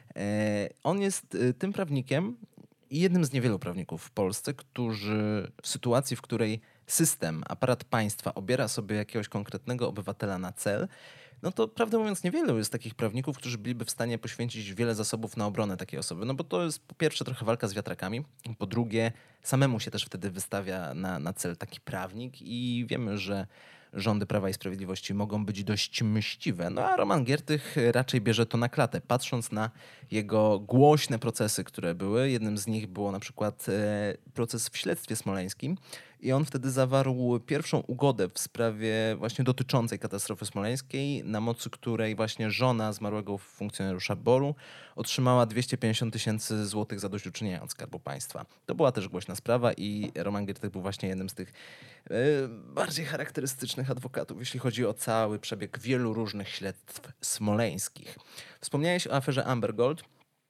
on jest tym prawnikiem i jednym z niewielu prawników w Polsce, którzy w sytuacji, w której system, aparat państwa obiera sobie jakiegoś konkretnego obywatela na cel, no to prawdę mówiąc niewielu jest takich prawników, którzy byliby w stanie poświęcić wiele zasobów na obronę takiej osoby. No bo to jest po pierwsze trochę walka z wiatrakami, po drugie samemu się też wtedy wystawia na cel taki prawnik i wiemy, że rządy Prawa i Sprawiedliwości mogą być dość mściwe. No a Roman Giertych raczej bierze to na klatę, patrząc na jego głośne procesy, które były. Jednym z nich było na przykład proces w śledztwie smoleńskim i on wtedy zawarł pierwszą ugodę w sprawie właśnie dotyczącej katastrofy smoleńskiej, na mocy której właśnie żona zmarłego funkcjonariusza BOR-u otrzymała 250 000 złotych zadośćuczynienia od Skarbu Państwa. To była też głośna sprawa i Roman Giertych był właśnie jednym z tych bardziej charakterystycznych adwokatów, jeśli chodzi o cały przebieg wielu różnych śledztw smoleńskich. Wspomniałeś o aferze Amber Gold.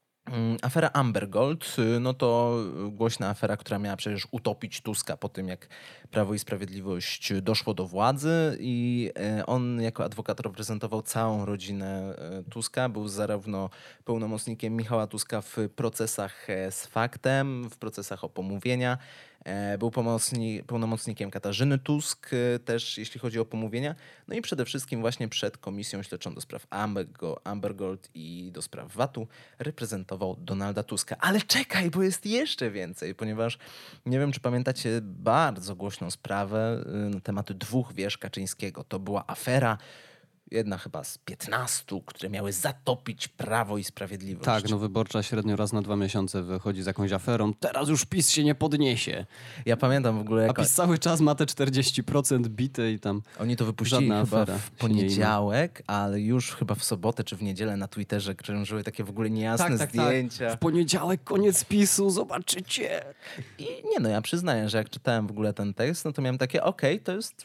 Afera Amber Gold, no to głośna afera, która miała przecież utopić Tuska po tym, jak Prawo i Sprawiedliwość doszło do władzy i on jako adwokat reprezentował całą rodzinę Tuska. Był zarówno pełnomocnikiem Michała Tuska w procesach z faktem, w procesach o pomówienia. Był pełnomocnikiem Katarzyny Tusk, też jeśli chodzi o pomówienia. No i przede wszystkim właśnie przed Komisją Śledczą do spraw Amber Gold i do spraw VAT-u reprezentował Donalda Tuska. Ale czekaj, bo jest jeszcze więcej, ponieważ nie wiem, czy pamiętacie bardzo głośną sprawę na temat 2 wież Kaczyńskiego. To była afera, jedna chyba z 15, które miały zatopić Prawo i Sprawiedliwość. Tak, no Wyborcza średnio raz na 2 miesiące wychodzi z jakąś aferą. Teraz już PiS się nie podniesie. Ja pamiętam w ogóle, jak A PiS cały czas ma te 40% bite i tam oni to wypuścili chyba afera w poniedziałek, ale już chyba w sobotę czy w niedzielę na Twitterze krążyły takie w ogóle niejasne zdjęcia. Tak. W poniedziałek koniec PiS-u, zobaczycie. I nie no, ja przyznaję, że jak czytałem w ogóle ten tekst, no to miałem takie, okej, to jest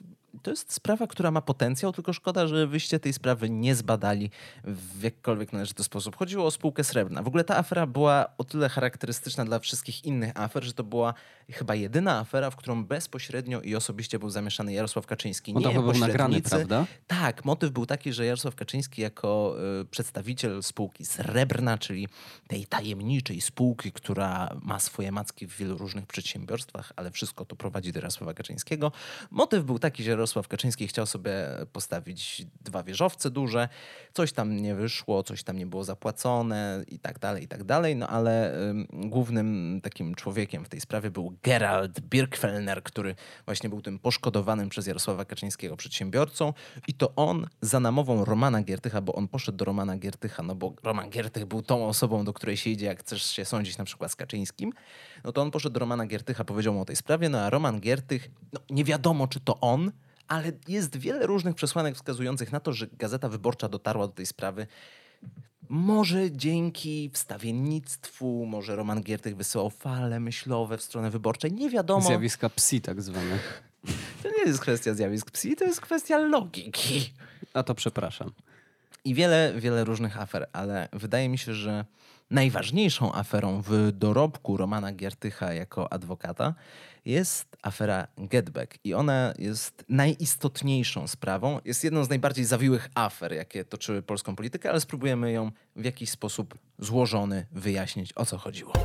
to jest sprawa, która ma potencjał, tylko szkoda, że wyście tej sprawy nie zbadali w jakikolwiek należyty sposób. Chodziło o spółkę Srebrna. W ogóle ta afera była o tyle charakterystyczna dla wszystkich innych afer, że to była chyba jedyna afera, w którą bezpośrednio i osobiście był zamieszany Jarosław Kaczyński. On Nie chyba był nagrany, pośrednicy. prawda? Tak, motyw był taki, że Jarosław Kaczyński jako przedstawiciel spółki Srebrna, czyli tej tajemniczej spółki, która ma swoje macki w wielu różnych przedsiębiorstwach, ale wszystko to prowadzi do Jarosława Kaczyńskiego. Motyw był taki, że Jarosław Kaczyński chciał sobie postawić 2 wieżowce duże, coś tam nie wyszło, coś tam nie było zapłacone i tak dalej, no ale głównym takim człowiekiem w tej sprawie był Gerald Birgfellner, który właśnie był tym poszkodowanym przez Jarosława Kaczyńskiego przedsiębiorcą i to on za namową Romana Giertycha, bo on poszedł do Romana Giertycha, no bo Roman Giertych był tą osobą, do której się idzie, jak chcesz się sądzić na przykład z Kaczyńskim, no to on poszedł do Romana Giertycha, powiedział mu o tej sprawie, no a Roman Giertych, no nie wiadomo czy to on, ale jest wiele różnych przesłanek wskazujących na to, że Gazeta Wyborcza dotarła do tej sprawy. Może dzięki wstawiennictwu, może Roman Giertych wysyłał fale myślowe w stronę wyborczej, nie wiadomo. Zjawiska psi tak zwane. To nie jest kwestia zjawisk psi, to jest kwestia logiki. A to przepraszam. I wiele różnych afer, ale wydaje mi się, że najważniejszą aferą w dorobku Romana Giertycha jako adwokata jest afera GetBack. I ona jest najistotniejszą sprawą. Jest jedną z najbardziej zawiłych afer, jakie toczyły polską politykę, ale spróbujemy ją w jakiś sposób złożony wyjaśnić, o co chodziło.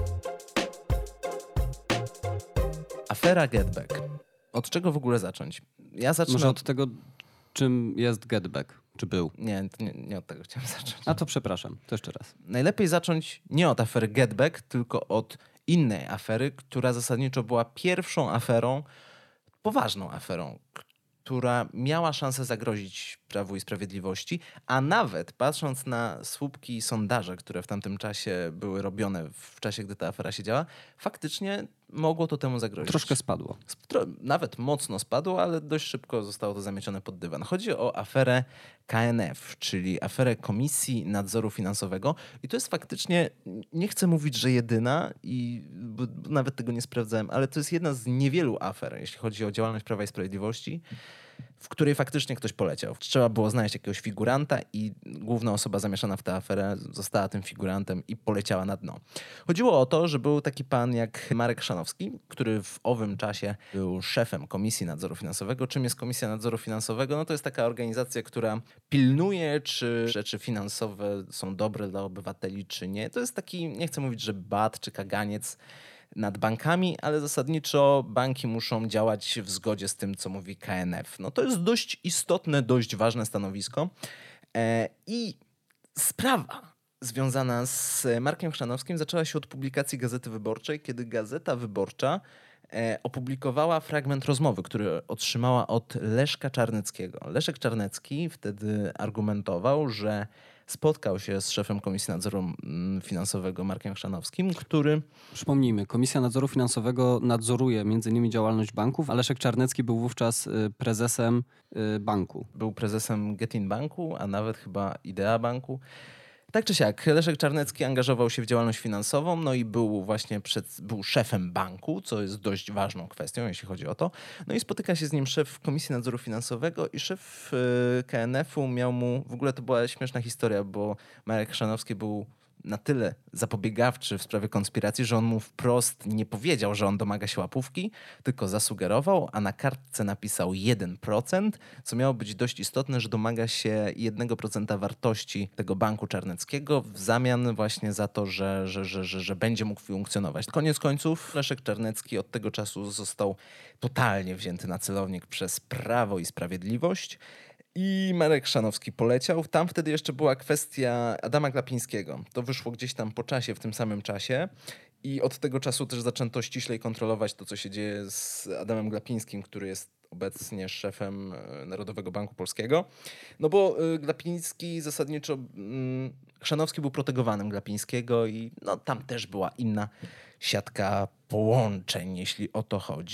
Afera GetBack. Od czego w ogóle zacząć? Ja zacznę Może od tego, czym jest GetBack. Czy był? Nie od tego chciałem zacząć. A to przepraszam, to jeszcze raz. Najlepiej zacząć nie od afery GetBack, tylko od innej afery, która zasadniczo była pierwszą aferą, poważną aferą, która miała szansę zagrozić Prawu i Sprawiedliwości, a nawet patrząc na słupki i sondaże, które w tamtym czasie były robione w czasie, gdy ta afera się działa, faktycznie mogło to temu zagrozić. Troszkę spadło. Nawet mocno spadło, ale dość szybko zostało to zamiecione pod dywan. Chodzi o aferę KNF, czyli aferę Komisji Nadzoru Finansowego. I to jest faktycznie, nie chcę mówić, że jedyna, bo nawet tego nie sprawdzałem, ale to jest jedna z niewielu afer, jeśli chodzi o działalność Prawa i Sprawiedliwości, w której faktycznie ktoś poleciał. Trzeba było znaleźć jakiegoś figuranta i główna osoba zamieszana w tę aferę została tym figurantem i poleciała na dno. Chodziło o to, że był taki pan jak Marek Chrzanowski, który w owym czasie był szefem Komisji Nadzoru Finansowego. Czym jest Komisja Nadzoru Finansowego? No to jest taka organizacja, która pilnuje, czy rzeczy finansowe są dobre dla obywateli, czy nie. To jest taki, nie chcę mówić, że bat czy kaganiec nad bankami, ale zasadniczo banki muszą działać w zgodzie z tym, co mówi KNF. No to jest dość istotne, dość ważne stanowisko. I sprawa związana z Markiem Chrzanowskim zaczęła się od publikacji Gazety Wyborczej, kiedy Gazeta Wyborcza opublikowała fragment rozmowy, który otrzymała od Leszka Czarneckiego. Leszek Czarnecki wtedy argumentował, że spotkał się z szefem Komisji Nadzoru Finansowego Markiem Chrzanowskim, który... Przypomnijmy, Komisja Nadzoru Finansowego nadzoruje m.in. działalność banków, a Leszek Czarnecki był wówczas prezesem banku. Był prezesem Getin Banku, a nawet chyba Idea Banku. Tak czy siak, Leszek Czarnecki angażował się w działalność finansową, no i był właśnie był szefem banku, co jest dość ważną kwestią, jeśli chodzi o to. No i spotyka się z nim szef Komisji Nadzoru Finansowego i szef KNF-u miał mu, w ogóle to była śmieszna historia, bo Marek Chrzanowski był na tyle zapobiegawczy w sprawie konspiracji, że on mu wprost nie powiedział, że on domaga się łapówki, tylko zasugerował, a na kartce napisał 1%, co miało być dość istotne, że domaga się 1% wartości tego banku Czarneckiego w zamian właśnie za to, że będzie mógł funkcjonować. Koniec końców Leszek Czarnecki od tego czasu został totalnie wzięty na celownik przez Prawo i Sprawiedliwość. I Marek Chrzanowski poleciał. Tam wtedy jeszcze była kwestia Adama Glapińskiego. To wyszło gdzieś tam po czasie, w tym samym czasie. I od tego czasu też zaczęto ściślej kontrolować to, co się dzieje z Adamem Glapińskim, który jest obecnie szefem Narodowego Banku Polskiego. No bo Glapiński zasadniczo... Chrzanowski był protegowanym Glapińskiego i no, tam też była inna siatka połączeń, jeśli o to chodzi.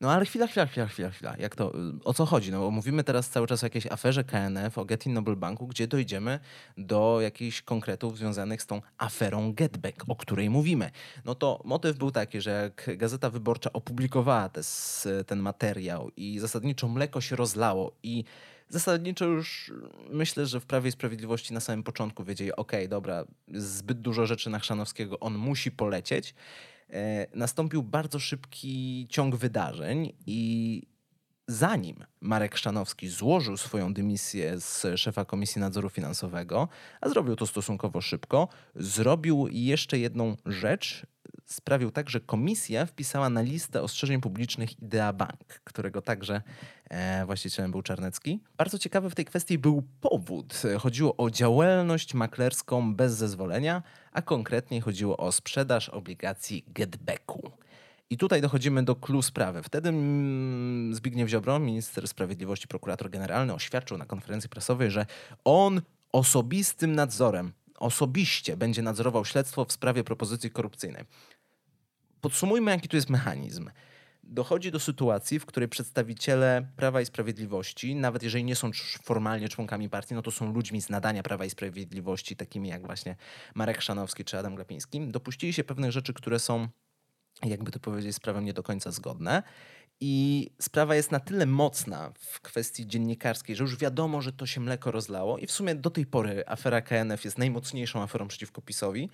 No ale chwila. Jak to, o co chodzi? No bo mówimy teraz cały czas o jakiejś aferze KNF, o Getin Noble Banku, gdzie dojdziemy do jakichś konkretów związanych z tą aferą GetBack, o której mówimy. No to motyw był taki, że jak Gazeta Wyborcza opublikowała ten materiał i zasadniczo mleko się rozlało i zasadniczo już myślę, że w Prawie i Sprawiedliwości na samym początku wiedzieli, okej, dobra, zbyt dużo rzeczy na Chrzanowskiego, on musi polecieć. Nastąpił bardzo szybki ciąg wydarzeń i zanim Marek Chrzanowski złożył swoją dymisję z szefa Komisji Nadzoru Finansowego, a zrobił to stosunkowo szybko, zrobił jeszcze jedną rzecz. Sprawił tak, że komisja wpisała na listę ostrzeżeń publicznych Idea Bank, którego także właścicielem był Czarnecki. Bardzo ciekawy w tej kwestii był powód. Chodziło o działalność maklerską bez zezwolenia, a konkretniej chodziło o sprzedaż obligacji GetBacku. I tutaj dochodzimy do clou sprawy. Wtedy Zbigniew Ziobro, minister sprawiedliwości, prokurator generalny, oświadczył na konferencji prasowej, że on osobistym nadzorem, osobiście będzie nadzorował śledztwo w sprawie propozycji korupcyjnej. Podsumujmy, jaki tu jest mechanizm. Dochodzi do sytuacji, w której przedstawiciele Prawa i Sprawiedliwości, nawet jeżeli nie są formalnie członkami partii, no to są ludźmi z nadania Prawa i Sprawiedliwości, takimi jak właśnie Marek Chrzanowski czy Adam Glapiński, dopuścili się pewnych rzeczy, które są, jakby to powiedzieć, z prawem nie do końca zgodne. I sprawa jest na tyle mocna w kwestii dziennikarskiej, że już wiadomo, że to się mleko rozlało i w sumie do tej pory afera KNF jest najmocniejszą aferą przeciwko PiS-owi.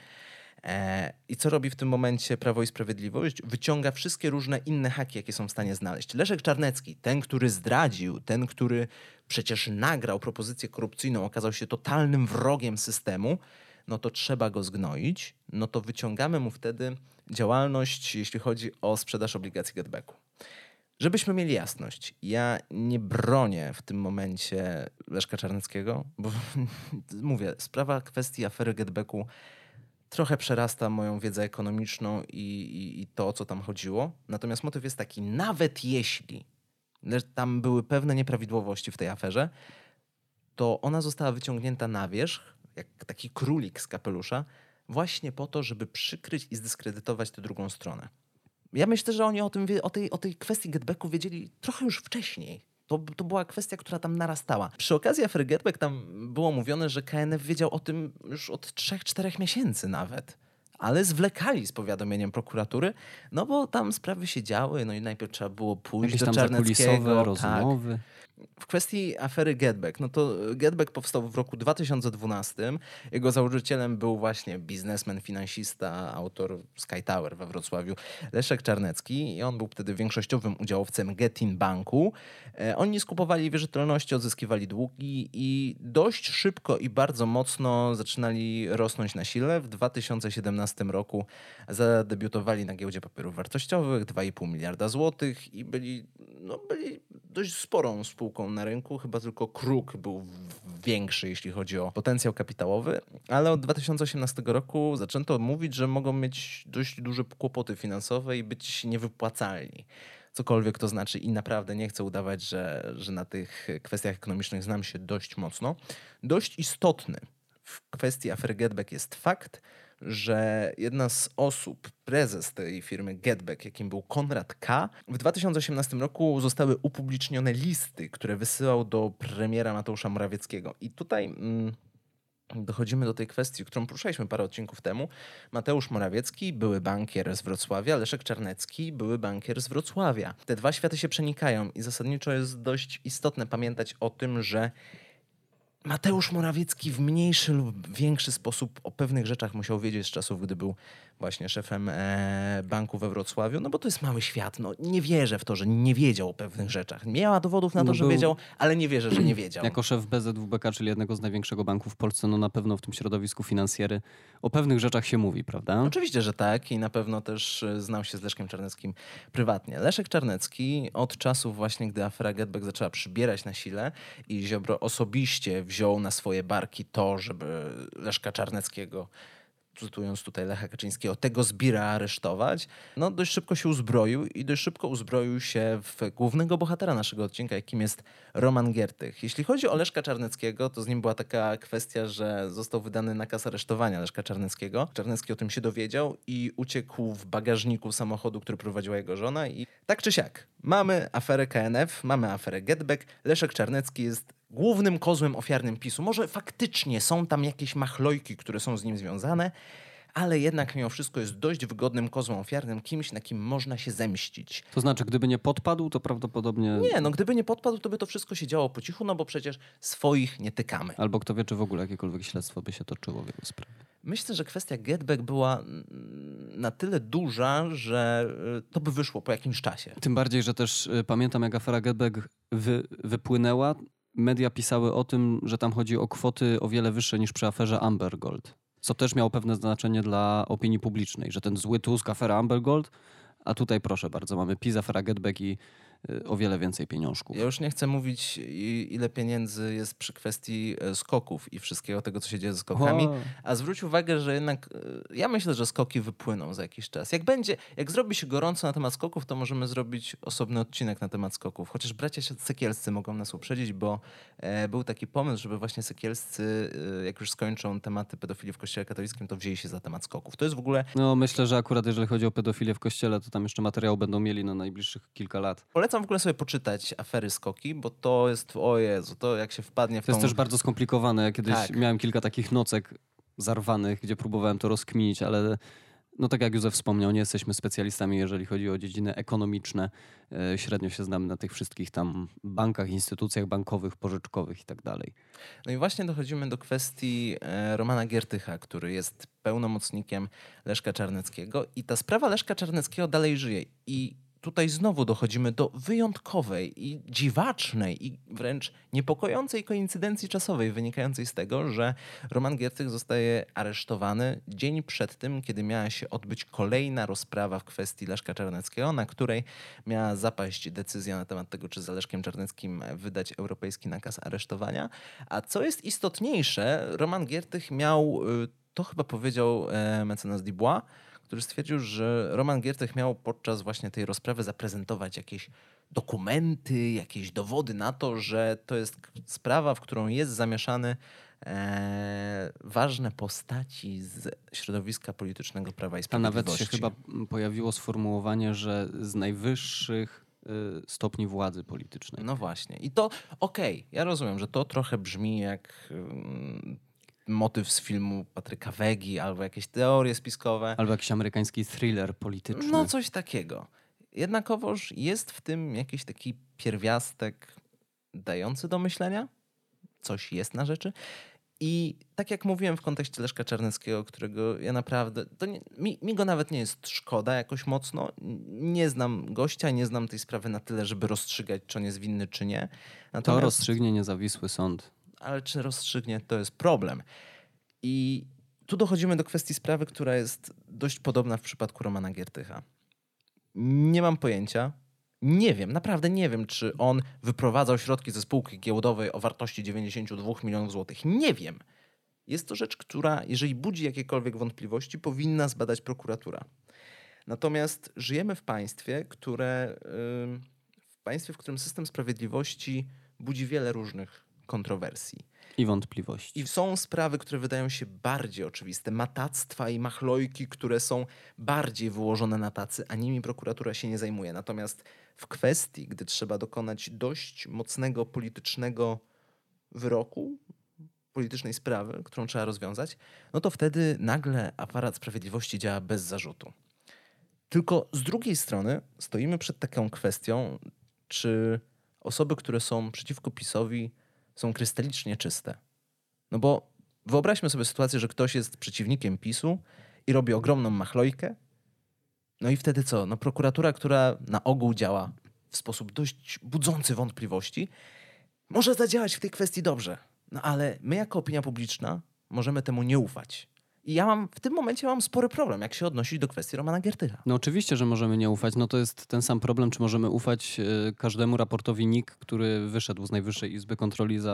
I co robi w tym momencie Prawo i Sprawiedliwość? Wyciąga wszystkie różne inne haki, jakie są w stanie znaleźć. Leszek Czarnecki, ten, który zdradził, ten, który przecież nagrał propozycję korupcyjną, okazał się totalnym wrogiem systemu, no to trzeba go zgnoić, no to wyciągamy mu wtedy działalność, jeśli chodzi o sprzedaż obligacji GetBacku. Żebyśmy mieli jasność, ja nie bronię w tym momencie Leszka Czarneckiego, bo mówię, kwestii afery GetBacku trochę przerasta moją wiedzę ekonomiczną i to, o co tam chodziło. Natomiast motyw jest taki, nawet jeśli tam były pewne nieprawidłowości w tej aferze, to ona została wyciągnięta na wierzch, jak taki królik z kapelusza, właśnie po to, żeby przykryć i zdyskredytować tę drugą stronę. Ja myślę, że oni o tej kwestii GetBacku wiedzieli trochę już wcześniej. To była kwestia, która tam narastała. Przy okazji afery GetBack tam było mówione, że KNF wiedział o tym już od 3-4 miesięcy nawet. Ale zwlekali z powiadomieniem prokuratury, no bo tam sprawy się działy, no i najpierw trzeba było pójść jakieś do tam Czarneckiego. zakulisowe rozmowy. W kwestii afery GetBack, no to GetBack powstał w roku 2012. Jego założycielem był właśnie biznesmen, finansista, autor Sky Tower we Wrocławiu, Leszek Czarnecki i on był wtedy większościowym udziałowcem Getin Banku. Oni skupowali wierzytelności, odzyskiwali długi i dość szybko i bardzo mocno zaczynali rosnąć na sile. W 2017 roku zadebiutowali na giełdzie papierów wartościowych, 2,5 miliarda złotych i byli dość sporą spółką na rynku. Chyba tylko Kruk był większy, jeśli chodzi o potencjał kapitałowy, ale od 2018 roku zaczęto mówić, że mogą mieć dość duże kłopoty finansowe i być niewypłacalni. Cokolwiek to znaczy i naprawdę nie chcę udawać, że na tych kwestiach ekonomicznych znam się dość mocno. Dość istotny w kwestii afery GetBack jest fakt, że jedna z osób, prezes tej firmy GetBack, jakim był Konrad K., w 2018 roku zostały upublicznione listy, które wysyłał do premiera Mateusza Morawieckiego. I tutaj dochodzimy do tej kwestii, którą poruszaliśmy parę odcinków temu. Mateusz Morawiecki, były bankier z Wrocławia, Leszek Czarnecki, były bankier z Wrocławia. Te dwa światy się przenikają i zasadniczo jest dość istotne pamiętać o tym, że Mateusz Morawiecki w mniejszy lub większy sposób o pewnych rzeczach musiał wiedzieć z czasów, gdy był właśnie szefem banku we Wrocławiu, no bo to jest mały świat. No, nie wierzę w to, że nie wiedział o pewnych rzeczach. Miała dowodów na to, że wiedział, ale nie wierzę, że nie wiedział. Jako szef BZWBK, czyli jednego z największego banku w Polsce, no na pewno w tym środowisku finansjery o pewnych rzeczach się mówi, prawda? Oczywiście, że tak i na pewno też znał się z Leszkiem Czarneckim prywatnie. Leszek Czarnecki od czasów właśnie, gdy afera GetBack zaczęła przybierać na sile i Ziobro osobiście wziął na swoje barki to, żeby Leszka Czarneckiego cytując tutaj Lecha Kaczyńskiego, tego zbira aresztować, no dość szybko się uzbroił i dość szybko uzbroił się w głównego bohatera naszego odcinka, jakim jest Roman Giertych. Jeśli chodzi o Leszka Czarneckiego, to z nim była taka kwestia, że został wydany nakaz aresztowania Leszka Czarneckiego. Czarnecki o tym się dowiedział i uciekł w bagażniku samochodu, który prowadziła jego żona i tak czy siak, mamy aferę KNF, mamy aferę GetBack, Leszek Czarnecki jest głównym kozłem ofiarnym PiS-u. Może faktycznie są tam jakieś machlojki, które są z nim związane, ale jednak mimo wszystko jest dość wygodnym kozłem ofiarnym, kimś, na kim można się zemścić. To znaczy, gdyby nie podpadł, to prawdopodobnie... Nie, no gdyby nie podpadł, to by to wszystko się działo po cichu, no bo przecież swoich nie tykamy. Albo kto wie, czy w ogóle jakiekolwiek śledztwo by się toczyło w jego sprawie. Myślę, że kwestia GetBack była na tyle duża, że to by wyszło po jakimś czasie. Tym bardziej, że też pamiętam, jak afera GetBack wypłynęła, media pisały o tym, że tam chodzi o kwoty o wiele wyższe niż przy aferze Amber Gold. Co też miało pewne znaczenie dla opinii publicznej, że ten zły Tusk, afera Amber Gold, a tutaj proszę bardzo, mamy PiS, afera GetBack i o wiele więcej pieniążków. Ja już nie chcę mówić, ile pieniędzy jest przy kwestii skoków i wszystkiego tego, co się dzieje ze skokami, a zwróć uwagę, że jednak ja myślę, że skoki wypłyną za jakiś czas. Jak zrobi się gorąco na temat skoków, to możemy zrobić osobny odcinek na temat skoków. Chociaż bracia Sekielscy mogą nas uprzedzić, bo był taki pomysł, żeby właśnie Sekielscy, jak już skończą tematy pedofilii w Kościele katolickim, to wzięli się za temat skoków. To jest w ogóle... No myślę, że akurat jeżeli chodzi o pedofilię w Kościele, to tam jeszcze materiał będą mieli na najbliższych kilka lat. Polecam w ogóle sobie poczytać afery skoki, bo to jest, o Jezu, to jak się wpadnie w To jest też bardzo skomplikowane. Ja kiedyś Tak. miałem kilka takich nocek zarwanych, gdzie próbowałem to rozkminić, ale no tak jak Józef wspomniał, nie jesteśmy specjalistami, jeżeli chodzi o dziedziny ekonomiczne. Średnio się znamy na tych wszystkich tam bankach, instytucjach bankowych, pożyczkowych i tak dalej. No i właśnie dochodzimy do kwestii Romana Giertycha, który jest pełnomocnikiem Leszka Czarneckiego i ta sprawa Leszka Czarneckiego dalej żyje i tutaj znowu dochodzimy do wyjątkowej i dziwacznej i wręcz niepokojącej koincydencji czasowej wynikającej z tego, że Roman Giertych zostaje aresztowany dzień przed tym, kiedy miała się odbyć kolejna rozprawa w kwestii Leszka Czarneckiego, na której miała zapaść decyzja na temat tego, czy za Leszkiem Czarneckim wydać europejski nakaz aresztowania. A co jest istotniejsze, Roman Giertych miał, to chyba powiedział mecenas Dubois, który stwierdził, że Roman Giertych miał podczas właśnie tej rozprawy zaprezentować jakieś dokumenty, jakieś dowody na to, że to jest sprawa, w którą jest zamieszany ważne postaci z środowiska politycznego Prawa i A Sprawiedliwości. nawet się chyba pojawiło sformułowanie, że z najwyższych stopni władzy politycznej. No właśnie. I to okej, ja rozumiem, że to trochę brzmi jak motyw z filmu Patryka Wegi albo jakieś teorie spiskowe. Albo jakiś amerykański thriller polityczny. No coś takiego. Jednakowoż jest w tym jakiś taki pierwiastek dający do myślenia. Coś jest na rzeczy. I tak jak mówiłem w kontekście Leszka Czarneckiego, którego ja naprawdę... To nie, mi go nawet nie jest szkoda jakoś mocno. Nie znam gościa, nie znam tej sprawy na tyle, żeby rozstrzygać, czy on jest winny, czy nie. To rozstrzygnie niezawisły sąd. Ale czy rozstrzygnie, to jest problem. I tu dochodzimy do kwestii sprawy, która jest dość podobna w przypadku Romana Giertycha. Nie mam pojęcia. Nie wiem, naprawdę nie wiem, czy on wyprowadzał środki ze spółki giełdowej o wartości 92 milionów złotych. Nie wiem. Jest to rzecz, która, jeżeli budzi jakiekolwiek wątpliwości, powinna zbadać prokuratura. Natomiast żyjemy w państwie, w którym system sprawiedliwości budzi wiele różnych kontrowersji. I wątpliwości. I są sprawy, które wydają się bardziej oczywiste. Matactwa i machlojki, które są bardziej wyłożone na tacy, a nimi prokuratura się nie zajmuje. Natomiast w kwestii, gdy trzeba dokonać dość mocnego politycznego wyroku, politycznej sprawy, którą trzeba rozwiązać, no to wtedy nagle aparat sprawiedliwości działa bez zarzutu. Tylko z drugiej strony stoimy przed taką kwestią, czy osoby, które są przeciwko PiS-owi, są krystalicznie czyste. No bo wyobraźmy sobie sytuację, że ktoś jest przeciwnikiem PiS-u i robi ogromną machlojkę. No i wtedy co? No prokuratura, która na ogół działa w sposób dość budzący wątpliwości, może zadziałać w tej kwestii dobrze. No ale my jako opinia publiczna możemy temu nie ufać. I w tym momencie mam spory problem, jak się odnosić do kwestii Romana Giertycha. No oczywiście, że możemy nie ufać. No to jest ten sam problem, czy możemy ufać każdemu raportowi NIK, który wyszedł z Najwyższej Izby Kontroli za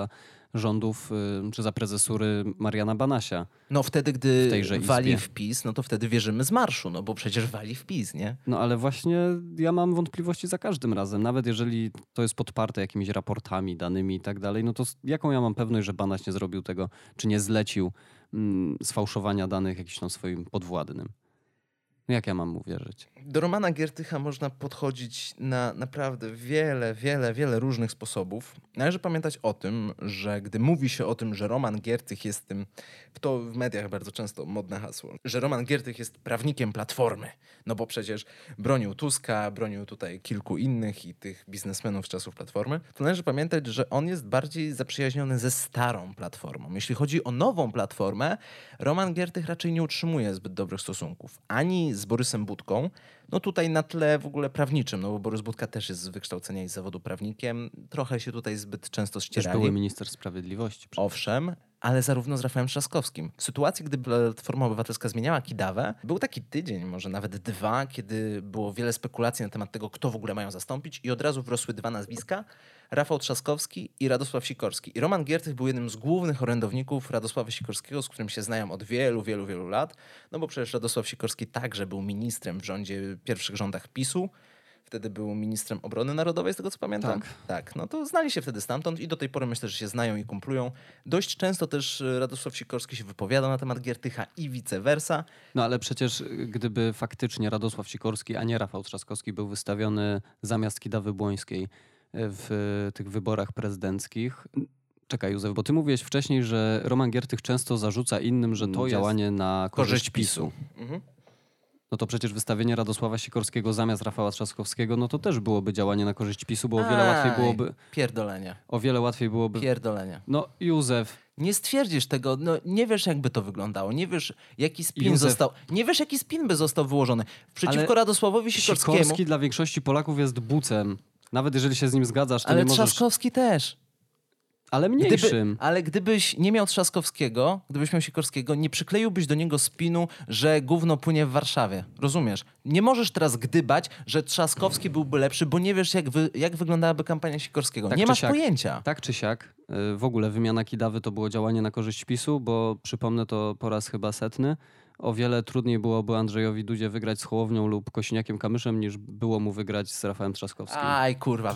rządów czy za prezesury Mariana Banasia. No wtedy, W gdy tejże wali izbie. w PiS, no to wtedy wierzymy z marszu, no bo przecież wali w PiS, nie? No ale właśnie ja mam wątpliwości za każdym razem. Nawet jeżeli to jest podparte jakimiś raportami, danymi i tak dalej, no to jaką ja mam pewność, że Banaś nie zrobił tego, czy nie zlecił sfałszowania danych jakimś tam swoim podwładnym? No jak ja mam mu wierzyć? Do Romana Giertycha można podchodzić na naprawdę wiele różnych sposobów. Należy pamiętać o tym, że gdy mówi się o tym, że Roman Giertych jest tym, to w mediach bardzo często modne hasło, że Roman Giertych jest prawnikiem Platformy, no bo przecież bronił Tuska, bronił tutaj kilku innych i tych biznesmenów z czasów Platformy, to należy pamiętać, że on jest bardziej zaprzyjaźniony ze starą Platformą. Jeśli chodzi o nową Platformę, Roman Giertych raczej nie utrzymuje zbyt dobrych stosunków ani z Borysem Budką, no tutaj na tle w ogóle prawniczym, no bo Borys Budka też jest z wykształcenia i z zawodu prawnikiem. Trochę się tutaj zbyt często Też ścierali. były minister sprawiedliwości. Owszem, ale zarówno z Rafałem Trzaskowskim. W sytuacji, gdy Platforma Obywatelska zmieniała Kidawę, był taki tydzień, może nawet 2, kiedy było wiele spekulacji na temat tego, kto w ogóle mają zastąpić i od razu wrosły 2 nazwiska, Rafał Trzaskowski i Radosław Sikorski. I Roman Giertych był jednym z głównych orędowników Radosława Sikorskiego, z którym się znają od wielu lat, no bo przecież Radosław Sikorski także był ministrem w rządzie, pierwszych rządach PiS-u. Wtedy był ministrem obrony narodowej, z tego co pamiętam. Tak, no to znali się wtedy stamtąd i do tej pory myślę, że się znają i kumplują. Dość często też Radosław Sikorski się wypowiadał na temat Giertycha i vice versa. No ale przecież gdyby faktycznie Radosław Sikorski, a nie Rafał Trzaskowski był wystawiony zamiast Kidawy Błońskiej w tych wyborach prezydenckich. Czekaj, Józef, bo ty mówiłeś wcześniej, że Roman Giertych często zarzuca innym, że to jest działanie na korzyść PiS-u. Mhm. No to przecież wystawienie Radosława Sikorskiego zamiast Rafała Trzaskowskiego, no to też byłoby działanie na korzyść PiS-u, bo o wiele łatwiej byłoby... Pierdolenie. No Józef, Nie stwierdzisz tego, no nie wiesz jakby to wyglądało, nie wiesz jaki spin Józef. nie wiesz jaki spin by został wyłożony. Przeciwko Ale Radosławowi Sikorskiemu, Sikorski dla większości Polaków jest bucem. Nawet jeżeli się z nim zgadzasz, to ale nie możesz... Trzaskowski też. Ale mniejszym. Ale gdybyś nie miał Trzaskowskiego, gdybyś miał Sikorskiego, nie przykleiłbyś do niego spinu, że gówno płynie w Warszawie. Rozumiesz? Nie możesz teraz gdybać, że Trzaskowski byłby lepszy, bo nie wiesz, jak wyglądałaby kampania Sikorskiego. Tak nie czy masz siak. pojęcia. Tak czy siak, w ogóle wymiana Kidawy to było działanie na korzyść PiS-u, bo przypomnę to po raz chyba 100. O wiele trudniej byłoby Andrzejowi Dudzie wygrać z Hołownią lub Kosiniakiem-Kamyszem, niż było mu wygrać z Rafałem Trzaskowskim. Aj, kurwa.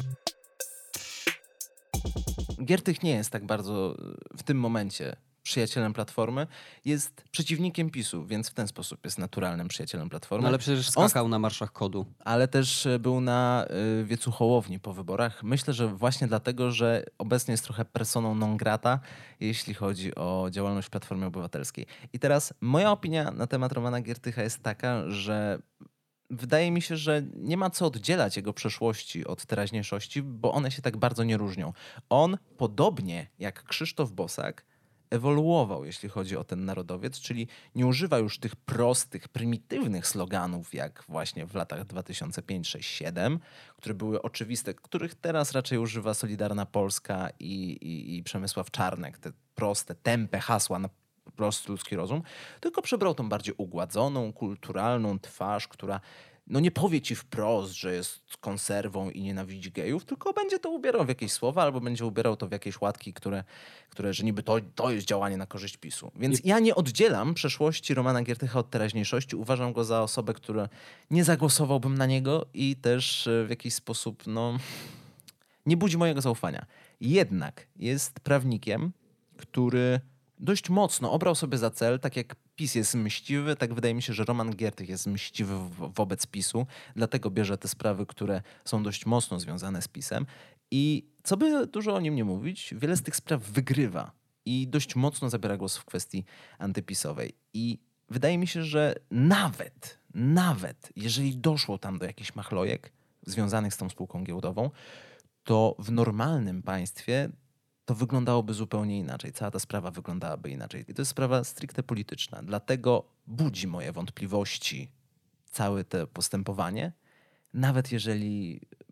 Giertych nie jest tak bardzo w tym momencie przyjacielem Platformy. Jest przeciwnikiem PiS-u, więc w ten sposób jest naturalnym przyjacielem Platformy. No ale przecież skakał na marszach KOD-u. Ale też był na wiecu Hołowni po wyborach. Myślę, że właśnie dlatego, że obecnie jest trochę personą non grata, jeśli chodzi o działalność Platformy Obywatelskiej. I teraz moja opinia na temat Romana Giertycha jest taka, że wydaje mi się, że nie ma co oddzielać jego przeszłości od teraźniejszości, bo one się tak bardzo nie różnią. On, podobnie jak Krzysztof Bosak, ewoluował, jeśli chodzi o ten narodowiec, czyli nie używa już tych prostych, prymitywnych sloganów, jak właśnie w latach 2005, 6, 7, które były oczywiste, których teraz raczej używa Solidarna Polska i Przemysław Czarnek, te proste, tępe hasła na prosty ludzki rozum, tylko przybrał tą bardziej ugładzoną, kulturalną twarz, która no nie powie ci wprost, że jest konserwą i nienawidzi gejów, tylko będzie to ubierał w jakieś słowa albo będzie ubierał to w jakieś łatki, które że niby to jest działanie na korzyść PiS-u. Więc ja nie oddzielam przeszłości Romana Giertycha od teraźniejszości. Uważam go za osobę, która nie zagłosowałbym na niego i też w jakiś sposób nie budzi mojego zaufania. Jednak jest prawnikiem, który dość mocno obrał sobie za cel, tak jak PiS jest mściwy, tak wydaje mi się, że Roman Giertych jest mściwy wobec PiS-u, dlatego bierze te sprawy, które są dość mocno związane z PiS-em i co by dużo o nim nie mówić, wiele z tych spraw wygrywa i dość mocno zabiera głos w kwestii antypisowej. I wydaje mi się, że nawet jeżeli doszło tam do jakichś machlojek związanych z tą spółką giełdową, to w normalnym państwie to wyglądałoby zupełnie inaczej. Cała ta sprawa wyglądałaby inaczej. I to jest sprawa stricte polityczna. Dlatego budzi moje wątpliwości całe to postępowanie, nawet jeżeli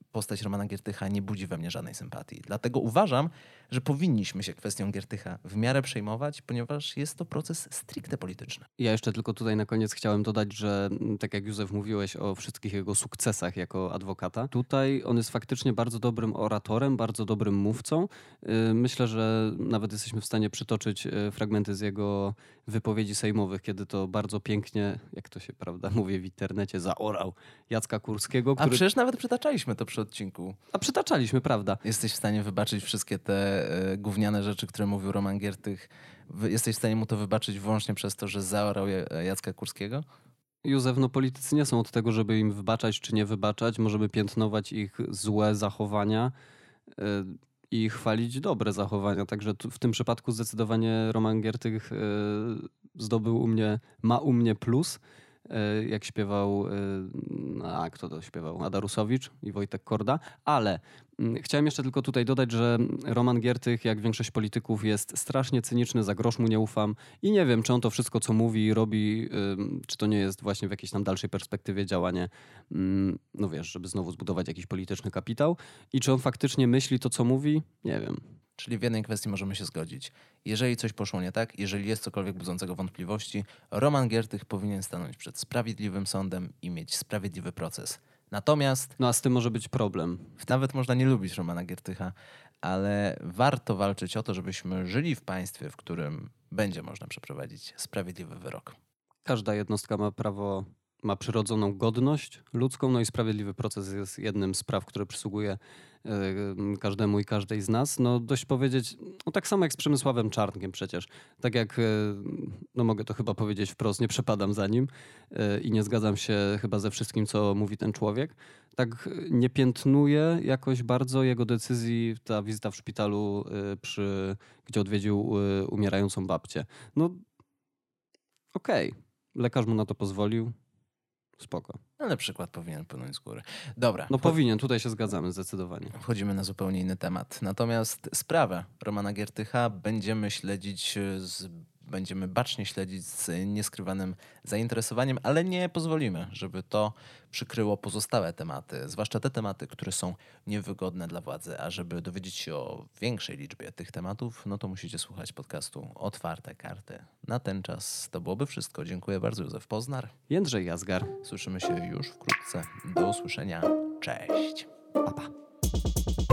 postać Romana Giertycha nie budzi we mnie żadnej sympatii. Dlatego uważam, że powinniśmy się kwestią Giertycha w miarę przejmować, ponieważ jest to proces stricte polityczny. Ja jeszcze tylko tutaj na koniec chciałem dodać, że tak jak Józef mówiłeś o wszystkich jego sukcesach jako adwokata, tutaj on jest faktycznie bardzo dobrym oratorem, bardzo dobrym mówcą. Myślę, że nawet jesteśmy w stanie przytoczyć fragmenty z jego wypowiedzi sejmowych, kiedy to bardzo pięknie, jak to się prawda mówi w internecie, zaorał Jacka Kurskiego. A przecież nawet przytaczaliśmy to przy odcinku. A przytaczaliśmy, prawda? Jesteś w stanie wybaczyć wszystkie te gówniane rzeczy, które mówił Roman Giertych? Jesteś w stanie mu to wybaczyć wyłącznie przez to, że zaorał Jacka Kurskiego? Józef, no politycy nie są od tego, żeby im wybaczać czy nie wybaczać. Możemy piętnować ich złe zachowania i chwalić dobre zachowania. Także w tym przypadku zdecydowanie Roman Giertych ma u mnie plus. Jak śpiewał, kto to śpiewał? Ada Rusowicz i Wojtek Korda. Ale chciałem jeszcze tylko tutaj dodać, że Roman Giertych, jak większość polityków, jest strasznie cyniczny, za grosz mu nie ufam i nie wiem, czy on to wszystko, co mówi i robi, czy to nie jest właśnie w jakiejś tam dalszej perspektywie działanie, no wiesz, żeby znowu zbudować jakiś polityczny kapitał i czy on faktycznie myśli to, co mówi, nie wiem. Czyli w jednej kwestii możemy się zgodzić. Jeżeli coś poszło nie tak, jeżeli jest cokolwiek budzącego wątpliwości, Roman Giertych powinien stanąć przed sprawiedliwym sądem i mieć sprawiedliwy proces. Natomiast No a z tym może być problem. nawet można nie lubić Romana Giertycha, ale warto walczyć o to, żebyśmy żyli w państwie, w którym będzie można przeprowadzić sprawiedliwy wyrok. Każda jednostka ma przyrodzoną godność ludzką, no i sprawiedliwy proces jest jednym z praw, które przysługuje każdemu i każdej z nas. No dość powiedzieć, no tak samo jak z Przemysławem Czarnkiem przecież. Tak jak, no mogę to chyba powiedzieć wprost, nie przepadam za nim i nie zgadzam się chyba ze wszystkim, co mówi ten człowiek. Tak nie piętnuję jakoś bardzo jego decyzji ta wizyta w szpitalu, gdzie odwiedził umierającą babcię. No okej, lekarz mu na to pozwolił. Spoko. Ale przykład powinien płynąć z góry. Dobra. No powinien, tutaj się zgadzamy zdecydowanie. Wchodzimy na zupełnie inny temat. Natomiast sprawę Romana Giertycha będziemy bacznie śledzić z nieskrywanym zainteresowaniem, ale nie pozwolimy, żeby to przykryło pozostałe tematy, zwłaszcza te tematy, które są niewygodne dla władzy. A żeby dowiedzieć się o większej liczbie tych tematów, no to musicie słuchać podcastu Otwarte Karty. Na ten czas to byłoby wszystko. Dziękuję bardzo, Józef Poznar. Jędrzej Jazgar. Słyszymy się już wkrótce. Do usłyszenia. Cześć. Pa, pa.